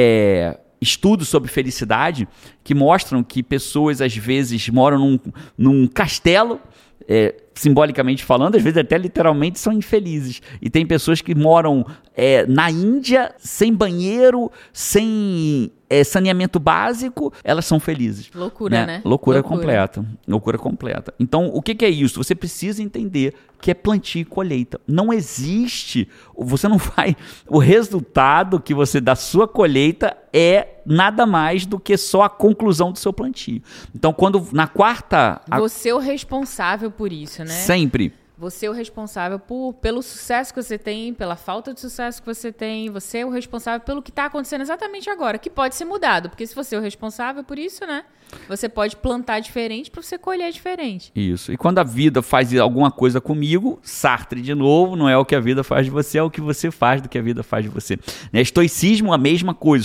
estudos sobre felicidade que mostram que pessoas às vezes moram num castelo, simbolicamente falando, às vezes até literalmente são infelizes. E tem pessoas que moram na Índia, sem banheiro, sem saneamento básico, elas são felizes. Loucura, né? Loucura completa. Loucura completa. Então, o que é isso? Você precisa entender que é plantio e colheita. Não existe, você não vai... O resultado que você da sua colheita é nada mais do que só a conclusão do seu plantio. Então, quando na quarta... Você é o responsável por isso, né? Sempre. Você é o responsável pelo sucesso que você tem, pela falta de sucesso que você tem. Você é o responsável pelo que está acontecendo exatamente agora, que pode ser mudado. Porque se você é o responsável por isso, né? Você pode plantar diferente para você colher diferente. Isso. E quando a vida faz alguma coisa comigo, Sartre de novo, não é o que a vida faz de você, é o que você faz do que a vida faz de você. Né? Estoicismo, a mesma coisa.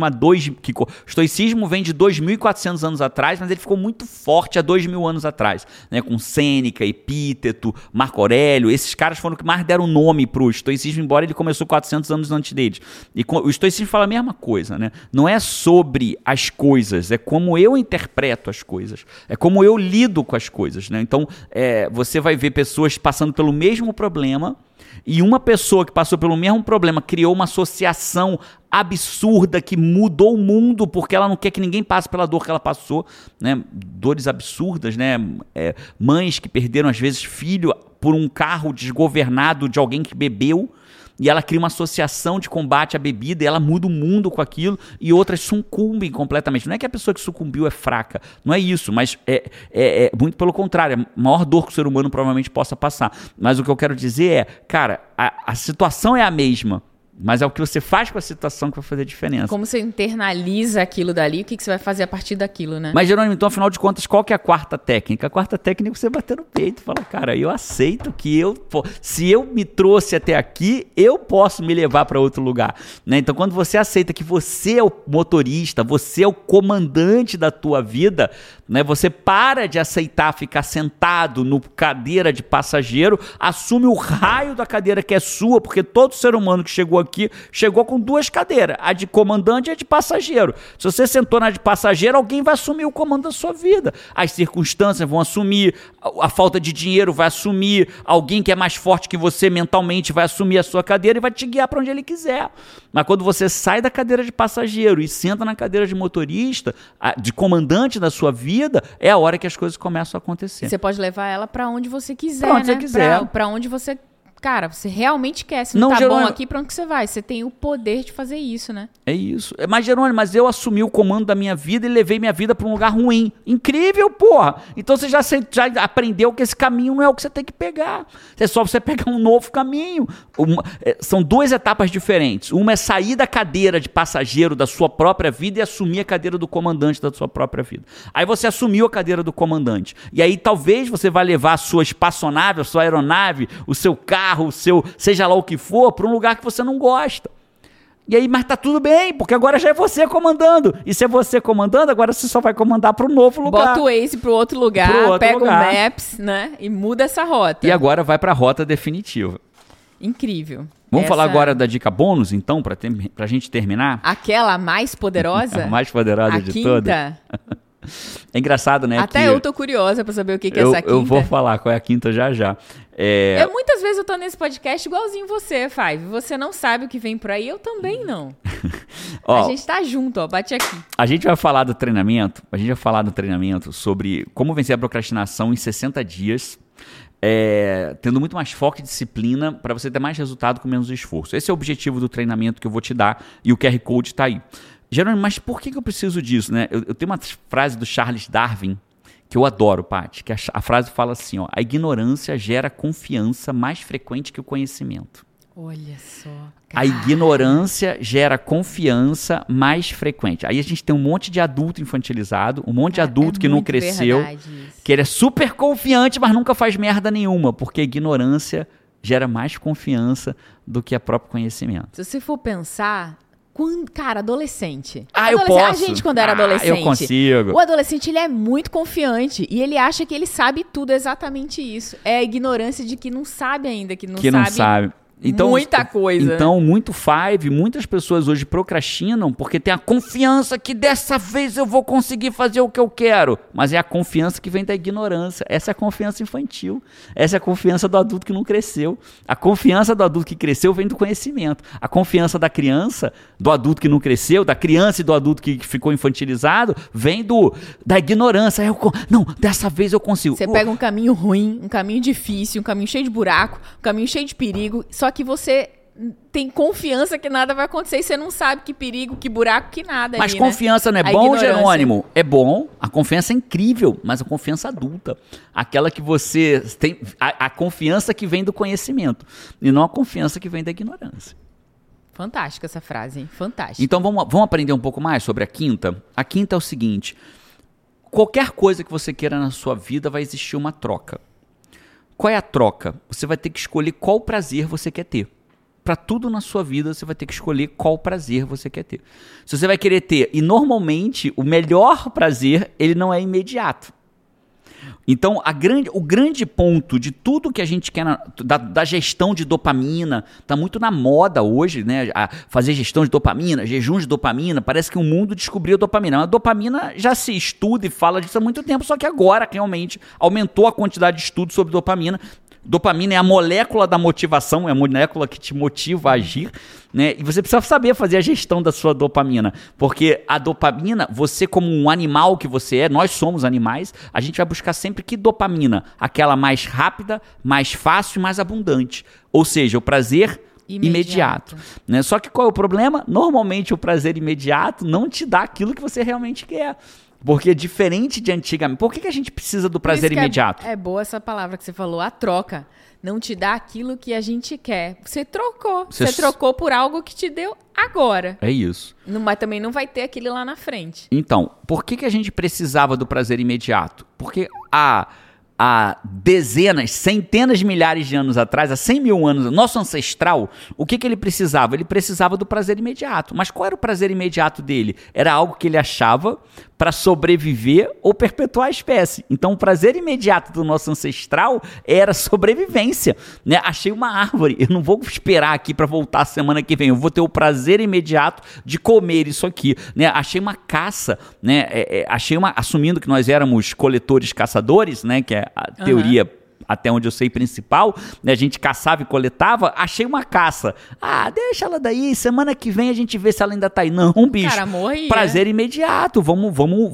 Estoicismo vem de 2.400 anos atrás, mas ele ficou muito forte há 2.000 anos atrás. Né? Com Sêneca, Epíteto, Marco Aurélio, esses caras foram que mais deram nome para o estoicismo, embora ele começou 400 anos antes deles. E o estoicismo fala a mesma coisa, né? Não é sobre as coisas, é como eu interpreto as coisas, é como eu lido com as coisas, né? Então, você vai ver pessoas passando pelo mesmo problema e uma pessoa que passou pelo mesmo problema criou uma associação absurda que mudou o mundo porque ela não quer que ninguém passe pela dor que ela passou, né? Dores absurdas, né? Mães que perderam às vezes filho por um carro desgovernado de alguém que bebeu, e ela cria uma associação de combate à bebida e ela muda o mundo com aquilo, e outras sucumbem completamente. Não é que a pessoa que sucumbiu é fraca, não é isso, mas é muito pelo contrário, a maior dor que o ser humano provavelmente possa passar. Mas o que eu quero dizer é, cara, a situação é a mesma, mas é o que você faz com a situação que vai fazer a diferença. Como você internaliza aquilo dali, o que você vai fazer a partir daquilo, né? Mas, Jerônimo, então, afinal de contas, qual que é a quarta técnica? A quarta técnica é você bater no peito e falar, cara, eu aceito que se eu me trouxe até aqui, eu posso me levar para outro lugar. Né? Então, quando você aceita que você é o motorista, você é o comandante da tua vida, né? Você para de aceitar ficar sentado no cadeira de passageiro, assume o raio da cadeira que é sua, porque todo ser humano que chegou aqui aqui, chegou com 2 cadeiras, a de comandante e a de passageiro. Se você sentou na de passageiro, alguém vai assumir o comando da sua vida. As circunstâncias vão assumir, a falta de dinheiro vai assumir, alguém que é mais forte que você mentalmente vai assumir a sua cadeira e vai te guiar para onde ele quiser. Mas quando você sai da cadeira de passageiro e senta na cadeira de motorista, de comandante da sua vida, é a hora que as coisas começam a acontecer. Você pode levar ela para onde você quiser, pra onde você quiser. Pra onde você... Cara, você realmente quer. Se não tá bom aqui, pra onde que você vai? Você tem o poder de fazer isso, né? É isso. Mas, Jerônimo, eu assumi o comando da minha vida e levei minha vida pra um lugar ruim. Incrível, porra! Então você já aprendeu que esse caminho não é o que você tem que pegar. É só você pegar um novo caminho. São 2 etapas diferentes. Uma é sair da cadeira de passageiro da sua própria vida e assumir a cadeira do comandante da sua própria vida. Aí você assumiu a cadeira do comandante. E aí talvez você vá levar a sua espaçonave, a sua aeronave, o seu carro, o seu, seja lá o que for, para um lugar que você não gosta. E aí, mas tá tudo bem, porque agora já é você comandando. E se é você comandando, agora você só vai comandar para um novo lugar. Bota o Waze para outro lugar, pega o Maps, né? E muda essa rota. E agora vai para a rota definitiva. Incrível. Vamos falar agora da dica bônus, então, para a gente terminar? Aquela mais poderosa? A mais poderosa de todas. É engraçado, né? Até eu tô curiosa pra saber o que é essa quinta. Eu vou falar qual é a quinta já. Muitas vezes eu tô nesse podcast igualzinho você, Five. Você não sabe o que vem por aí, eu também não. A gente tá junto, bate aqui. A gente vai falar do treinamento, sobre como vencer a procrastinação em 60 dias, tendo muito mais foco e disciplina para você ter mais resultado com menos esforço. Esse é o objetivo do treinamento que eu vou te dar e o QR Code tá aí. Jerônimo, mas por que eu preciso disso, né? Eu tenho uma frase do Charles Darwin que eu adoro, Paty, que a frase fala assim, a ignorância gera confiança mais frequente que o conhecimento. Olha só. A ignorância gera confiança mais frequente. Aí a gente tem um monte de adulto infantilizado, um monte de adulto que não cresceu, que ele é super confiante, mas nunca faz merda nenhuma, porque a ignorância gera mais confiança do que o próprio conhecimento. Se você for pensar... Cara, adolescente. Eu posso. A gente, quando era adolescente. Eu consigo. O adolescente, ele é muito confiante. E ele acha que ele sabe tudo, exatamente isso. É a ignorância de que não sabe ainda, que não sabe. Então, muita coisa. Então, muitas pessoas hoje procrastinam porque tem a confiança que dessa vez eu vou conseguir fazer o que eu quero. Mas é a confiança que vem da ignorância. Essa é a confiança infantil. Essa é a confiança do adulto que não cresceu. A confiança do adulto que cresceu vem do conhecimento. A confiança da criança, do adulto que não cresceu, da criança e do adulto que ficou infantilizado, vem da ignorância. Não, dessa vez eu consigo. Você pega um caminho ruim, um caminho difícil, um caminho cheio de buraco, um caminho cheio de perigo, só que você tem confiança que nada vai acontecer e você não sabe que perigo, que buraco, que nada. Mas ali, confiança né? Não é bom, Jerônimo? É bom, a confiança é incrível, mas a confiança adulta. Aquela que você tem, a confiança que vem do conhecimento e não a confiança que vem da ignorância. Fantástica essa frase, hein? Fantástica. Então vamos aprender um pouco mais sobre a quinta? A quinta é o seguinte, qualquer coisa que você queira na sua vida vai existir uma troca. Qual é a troca? Você vai ter que escolher qual prazer você quer ter. Para tudo na sua vida, você vai ter que escolher qual prazer você quer ter. Se você vai querer ter, e normalmente o melhor prazer, ele não é imediato. Então, o grande ponto de tudo que a gente quer, da gestão de dopamina, está muito na moda hoje, né? Fazer gestão de dopamina, jejum de dopamina, parece que o mundo descobriu a dopamina. Mas a dopamina já se estuda e fala disso há muito tempo, só que agora realmente aumentou a quantidade de estudos sobre dopamina. Dopamina é a molécula da motivação, é a molécula que te motiva a agir, né? E você precisa saber fazer a gestão da sua dopamina, porque a dopamina, você como um animal que você é, nós somos animais, a gente vai buscar sempre que dopamina? Aquela mais rápida, mais fácil e mais abundante. Ou seja, o prazer imediato. Né? Só que qual é o problema? Normalmente o prazer imediato não te dá aquilo que você realmente quer. Porque diferente de antigamente... Por que a gente precisa do prazer imediato? É boa essa palavra que você falou, a troca. Não te dá aquilo que a gente quer. Você trocou. Você trocou por algo que te deu agora. É isso. Mas também não vai ter aquele lá na frente. Então, por que a gente precisava do prazer imediato? Porque há dezenas, centenas de milhares de anos atrás, há 100 mil anos, nosso ancestral, o que ele precisava? Ele precisava do prazer imediato. Mas qual era o prazer imediato dele? Era algo que ele achava para sobreviver ou perpetuar a espécie. Então, o prazer imediato do nosso ancestral era sobrevivência, né? Achei uma árvore, eu não vou esperar aqui para voltar semana que vem, eu vou ter o prazer imediato de comer isso aqui, né? Achei uma caça, né? Assumindo que nós éramos coletores-caçadores, né? Que é a teoria até onde eu sei principal, né? A gente caçava e coletava, achei uma caça. Deixa ela daí, semana que vem a gente vê se ela ainda tá aí. Não, bicho. Cara, morria. Prazer imediato, vamos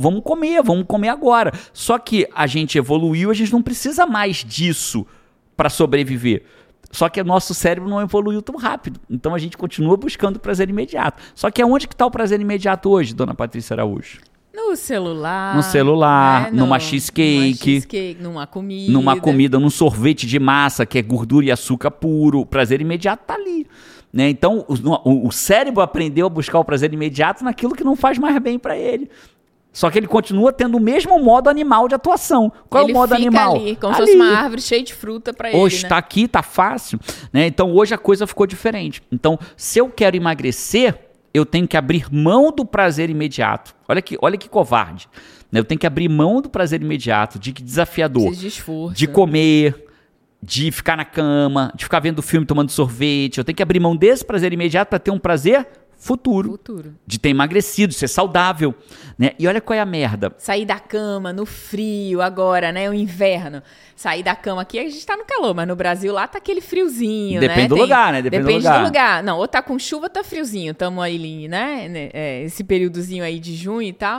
comer agora. Só que a gente evoluiu, a gente não precisa mais disso para sobreviver. Só que o nosso cérebro não evoluiu tão rápido. Então a gente continua buscando prazer imediato. Só que aonde que tá o prazer imediato hoje, dona Patrícia Araújo? No celular. No celular, né? Numa cheesecake. Numa comida. Numa comida, num sorvete de massa, que é gordura e açúcar puro. O prazer imediato tá ali. Né? Então, o cérebro aprendeu a buscar o prazer imediato naquilo que não faz mais bem para ele. Só que ele continua tendo o mesmo modo animal de atuação. Qual é o modo animal? Ali, como se fosse uma árvore cheia de fruta para ele. Hoje está aqui, tá fácil. Né? Então, hoje a coisa ficou diferente. Então, se eu quero emagrecer, eu tenho que abrir mão do prazer imediato. Olha que covarde. Eu tenho que abrir mão do prazer imediato, de que desafiador. De esforço. De comer, de ficar na cama, de ficar vendo filme, tomando sorvete. Eu tenho que abrir mão desse prazer imediato para ter um prazer futuro. De ter emagrecido, de ser saudável. Né? E olha qual é a merda. Sair da cama no frio agora, né? O inverno. Sair da cama aqui, a gente tá no calor, mas no Brasil lá tá aquele friozinho, Depende do lugar, né? Depende do lugar. Não, ou tá com chuva, tá friozinho. Tamo aí, né? Esse períodozinho aí de junho e tal.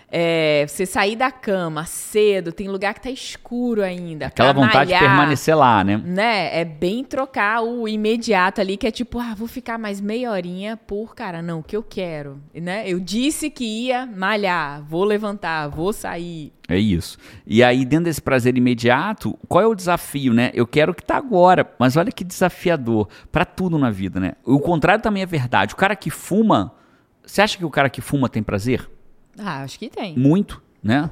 Você sair da cama cedo, tem lugar que tá escuro ainda. Aquela vontade de permanecer lá, né? É bem trocar o imediato ali, que é tipo, vou ficar mais meia horinha o que eu quero, né? Eu disse que ia malhar, vou levantar, vou sair. É isso. E aí, dentro desse prazer imediato, qual é o desafio, né? Eu quero o que tá agora, mas olha que desafiador para tudo na vida, né? O contrário também é verdade. O cara que fuma, você acha que o cara que fuma tem prazer? Acho que tem. Muito, né?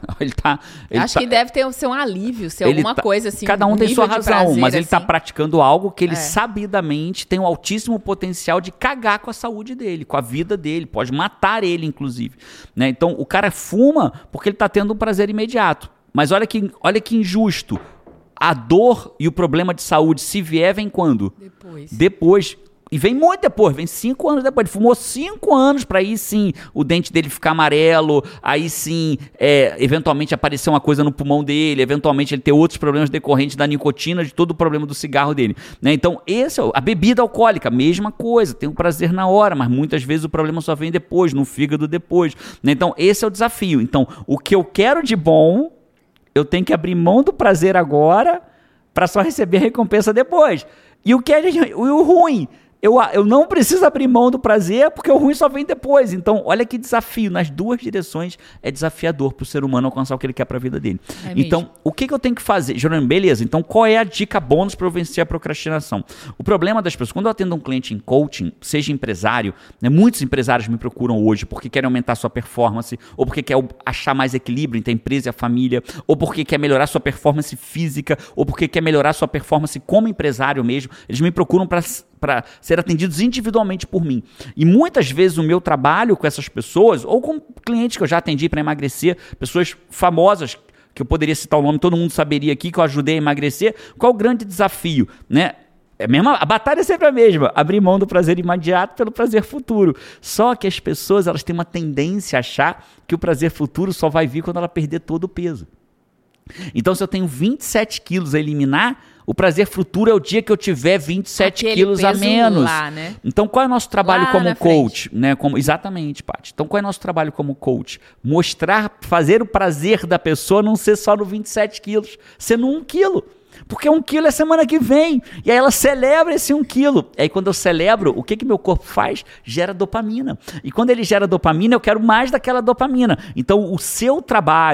Acho que deve ser um alívio, ser alguma coisa assim. Cada um tem sua razão, prazer, mas ele está assim. praticando algo que ele sabidamente tem um altíssimo potencial de cagar com a saúde dele, com a vida dele, pode matar ele, inclusive. Né? Então, o cara fuma porque ele está tendo um prazer imediato. Mas olha que injusto. A dor e o problema de saúde, se vier, vem quando? Depois. E vem muito depois, vem 5 anos depois. Ele fumou 5 anos para aí sim o dente dele ficar amarelo, aí sim eventualmente aparecer uma coisa no pulmão dele, eventualmente ele ter outros problemas decorrentes da nicotina, de todo o problema do cigarro dele. Né? Então, a bebida alcoólica, mesma coisa, tem o prazer na hora, mas muitas vezes o problema só vem depois, no fígado depois. Né? Então, esse é o desafio. Então, o que eu quero de bom, eu tenho que abrir mão do prazer agora para só receber a recompensa depois. E o ruim... Eu não preciso abrir mão do prazer porque o ruim só vem depois. Então, olha que desafio. Nas duas direções é desafiador para o ser humano alcançar o que ele quer para a vida dele. Então, o que eu tenho que fazer? Jerônimo, beleza. Então, qual é a dica bônus para eu vencer a procrastinação? O problema das pessoas, quando eu atendo um cliente em coaching, seja empresário, né, muitos empresários me procuram hoje porque querem aumentar sua performance, ou porque quer achar mais equilíbrio entre a empresa e a família, ou porque quer melhorar sua performance física, ou porque quer melhorar sua performance como empresário mesmo. Eles me procuram para ser atendidos individualmente por mim. E muitas vezes o meu trabalho com essas pessoas, ou com clientes que eu já atendi para emagrecer, pessoas famosas, que eu poderia citar o nome, todo mundo saberia aqui, que eu ajudei a emagrecer, qual o grande desafio? Né? A batalha é sempre a mesma, abrir mão do prazer imediato pelo prazer futuro. Só que as pessoas elas têm uma tendência a achar que o prazer futuro só vai vir quando ela perder todo o peso. Então, se eu tenho 27 quilos a eliminar, o prazer futuro é o dia que eu tiver 27 quilos a menos. Lá, né? Então, qual é o nosso trabalho como coach? Né? Exatamente, Paty. Então, qual é o nosso trabalho como coach? Fazer o prazer da pessoa não ser só no 27 quilos, ser no 1 quilo. Porque 1 quilo é semana que vem. E aí ela celebra esse 1 quilo. E aí quando eu celebro, o que meu corpo faz? Gera dopamina. E quando ele gera dopamina, eu quero mais daquela dopamina. Então, o seu trabalho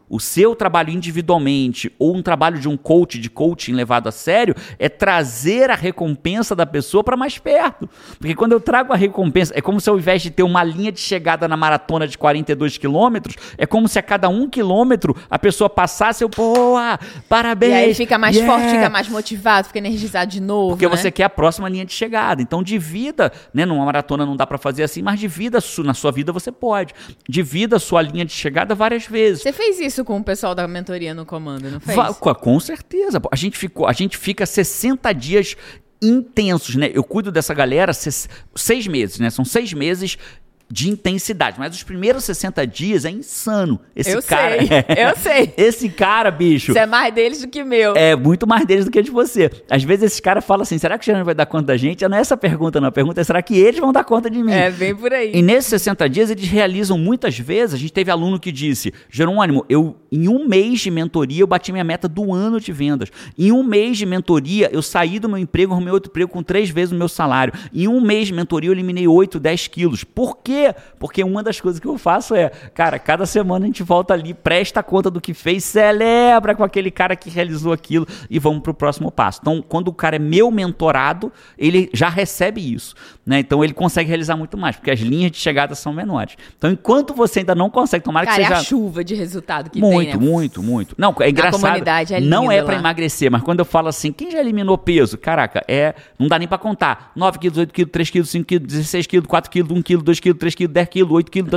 O seu trabalho individualmente ou um trabalho de um coach, de coaching levado a sério, é trazer a recompensa da pessoa para mais perto. Porque quando eu trago a recompensa, é como se ao invés de ter uma linha de chegada na maratona de 42 quilômetros, é como se a cada 1 quilômetro a pessoa passasse, parabéns. E aí ele fica mais forte, fica mais motivado, fica energizado de novo. Porque você quer a próxima linha de chegada. Então divida, né? Numa maratona não dá para fazer assim, mas divida na sua vida você pode. Divida a sua linha de chegada várias vezes. Você fez isso com o pessoal da mentoria no comando, não fez? Com certeza. A gente fica 60 dias intensos, né? Eu cuido dessa galera 6 meses, né? São 6 meses de intensidade, mas os primeiros 60 dias é insano. Eu sei. Esse cara, bicho... Isso é mais deles do que meu. É muito mais deles do que de você. Às vezes esses caras falam assim, será que o Jerônimo vai dar conta da gente? Não é essa a pergunta, não. A pergunta é, será que eles vão dar conta de mim? É, bem por aí. E nesses 60 dias eles realizam muitas vezes, a gente teve aluno que disse, Jerônimo, em 1 mês de mentoria eu bati minha meta do ano de vendas. Em 1 mês de mentoria eu saí do meu emprego, arrumei outro emprego com 3 vezes o meu salário. Em 1 mês de mentoria eu eliminei 8, 10 quilos. Por quê? Porque uma das coisas que eu faço é, cara, cada semana a gente volta ali, presta conta do que fez, celebra com aquele cara que realizou aquilo e vamos pro próximo passo. Então, quando o cara é meu mentorado, ele já recebe isso, né? Então, ele consegue realizar muito mais, porque as linhas de chegada são menores. Então, enquanto você ainda não consegue, tomara que seja... Cara, é a chuva de resultado que muito, tem, né? Muito. Não, é engraçado. A comunidade é não é pra lá. emagrecer, mas quando eu falo assim, quem já eliminou peso? Caraca, não dá nem pra contar. 9 quilos, 8 quilos, 3 quilos, 5 quilos, 16 quilos, 4 quilos, 1 quilo, 2 quilos, 3 quilos, 10 quilos, 8 quilos,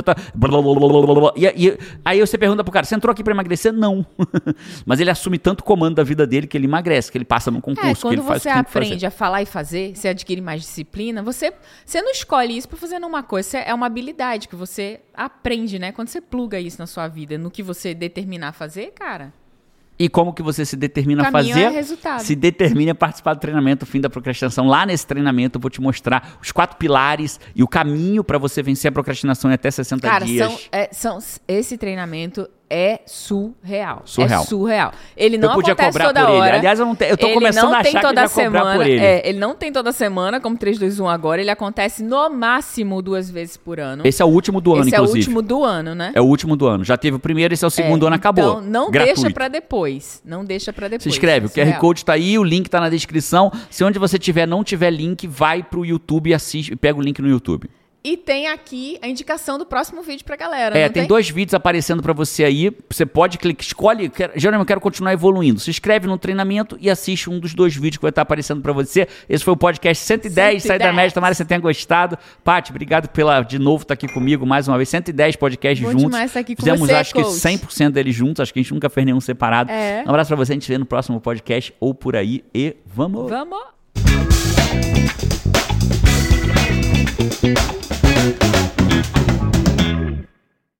e aí você pergunta pro cara, você entrou aqui pra emagrecer? Não. Mas ele assume tanto comando da vida dele que ele emagrece, que ele passa num concurso, que ele faz o que tem que fazer. Quando você aprende a falar e fazer, você adquire mais disciplina, você não escolhe isso pra fazer numa coisa, é uma habilidade que você aprende, né? Quando você pluga isso na sua vida, no que você determinar a fazer, cara... E como que você se determina a fazer? É resultado. Se determine a participar do treinamento Fim da Procrastinação. Lá nesse treinamento eu vou te mostrar os 4 pilares e o caminho para você vencer a procrastinação em até 60 dias. Esse treinamento é surreal. É surreal. Ele não acontece toda hora. Ele. Aliás, eu tô começando a achar que eu ia cobrar por ele. Ele não tem toda semana, como 3, 2, 1 agora. Ele acontece no máximo 2 vezes por ano. Esse é o último do ano, inclusive. Esse é o último do ano, né? É o último do ano. Já teve o primeiro, esse é o segundo ano, acabou. Então, não gratuito. deixa pra depois. Não deixa pra depois. Se inscreve, o QR Code tá aí, o link tá na descrição. Se onde você não tiver link, vai pro YouTube e assiste, e pega o link no YouTube. E tem aqui a indicação do próximo vídeo pra galera. Tem 2 vídeos aparecendo pra você aí. Você pode clicar, escolhe. Jerônimo, eu quero continuar evoluindo. Se inscreve no treinamento e assiste um dos 2 vídeos que vai estar aparecendo pra você. Esse foi o podcast 110, Sai da Média. Tomara que você tenha gostado. Paty, obrigado de novo estar aqui comigo mais uma vez. 110 podcasts Bom juntos. Demais estar aqui com Fizemos, você, acho coach. que 100% deles juntos. Acho que a gente nunca fez nenhum separado. Um abraço pra você. A gente se vê no próximo podcast ou por aí. E vamos! Vamos!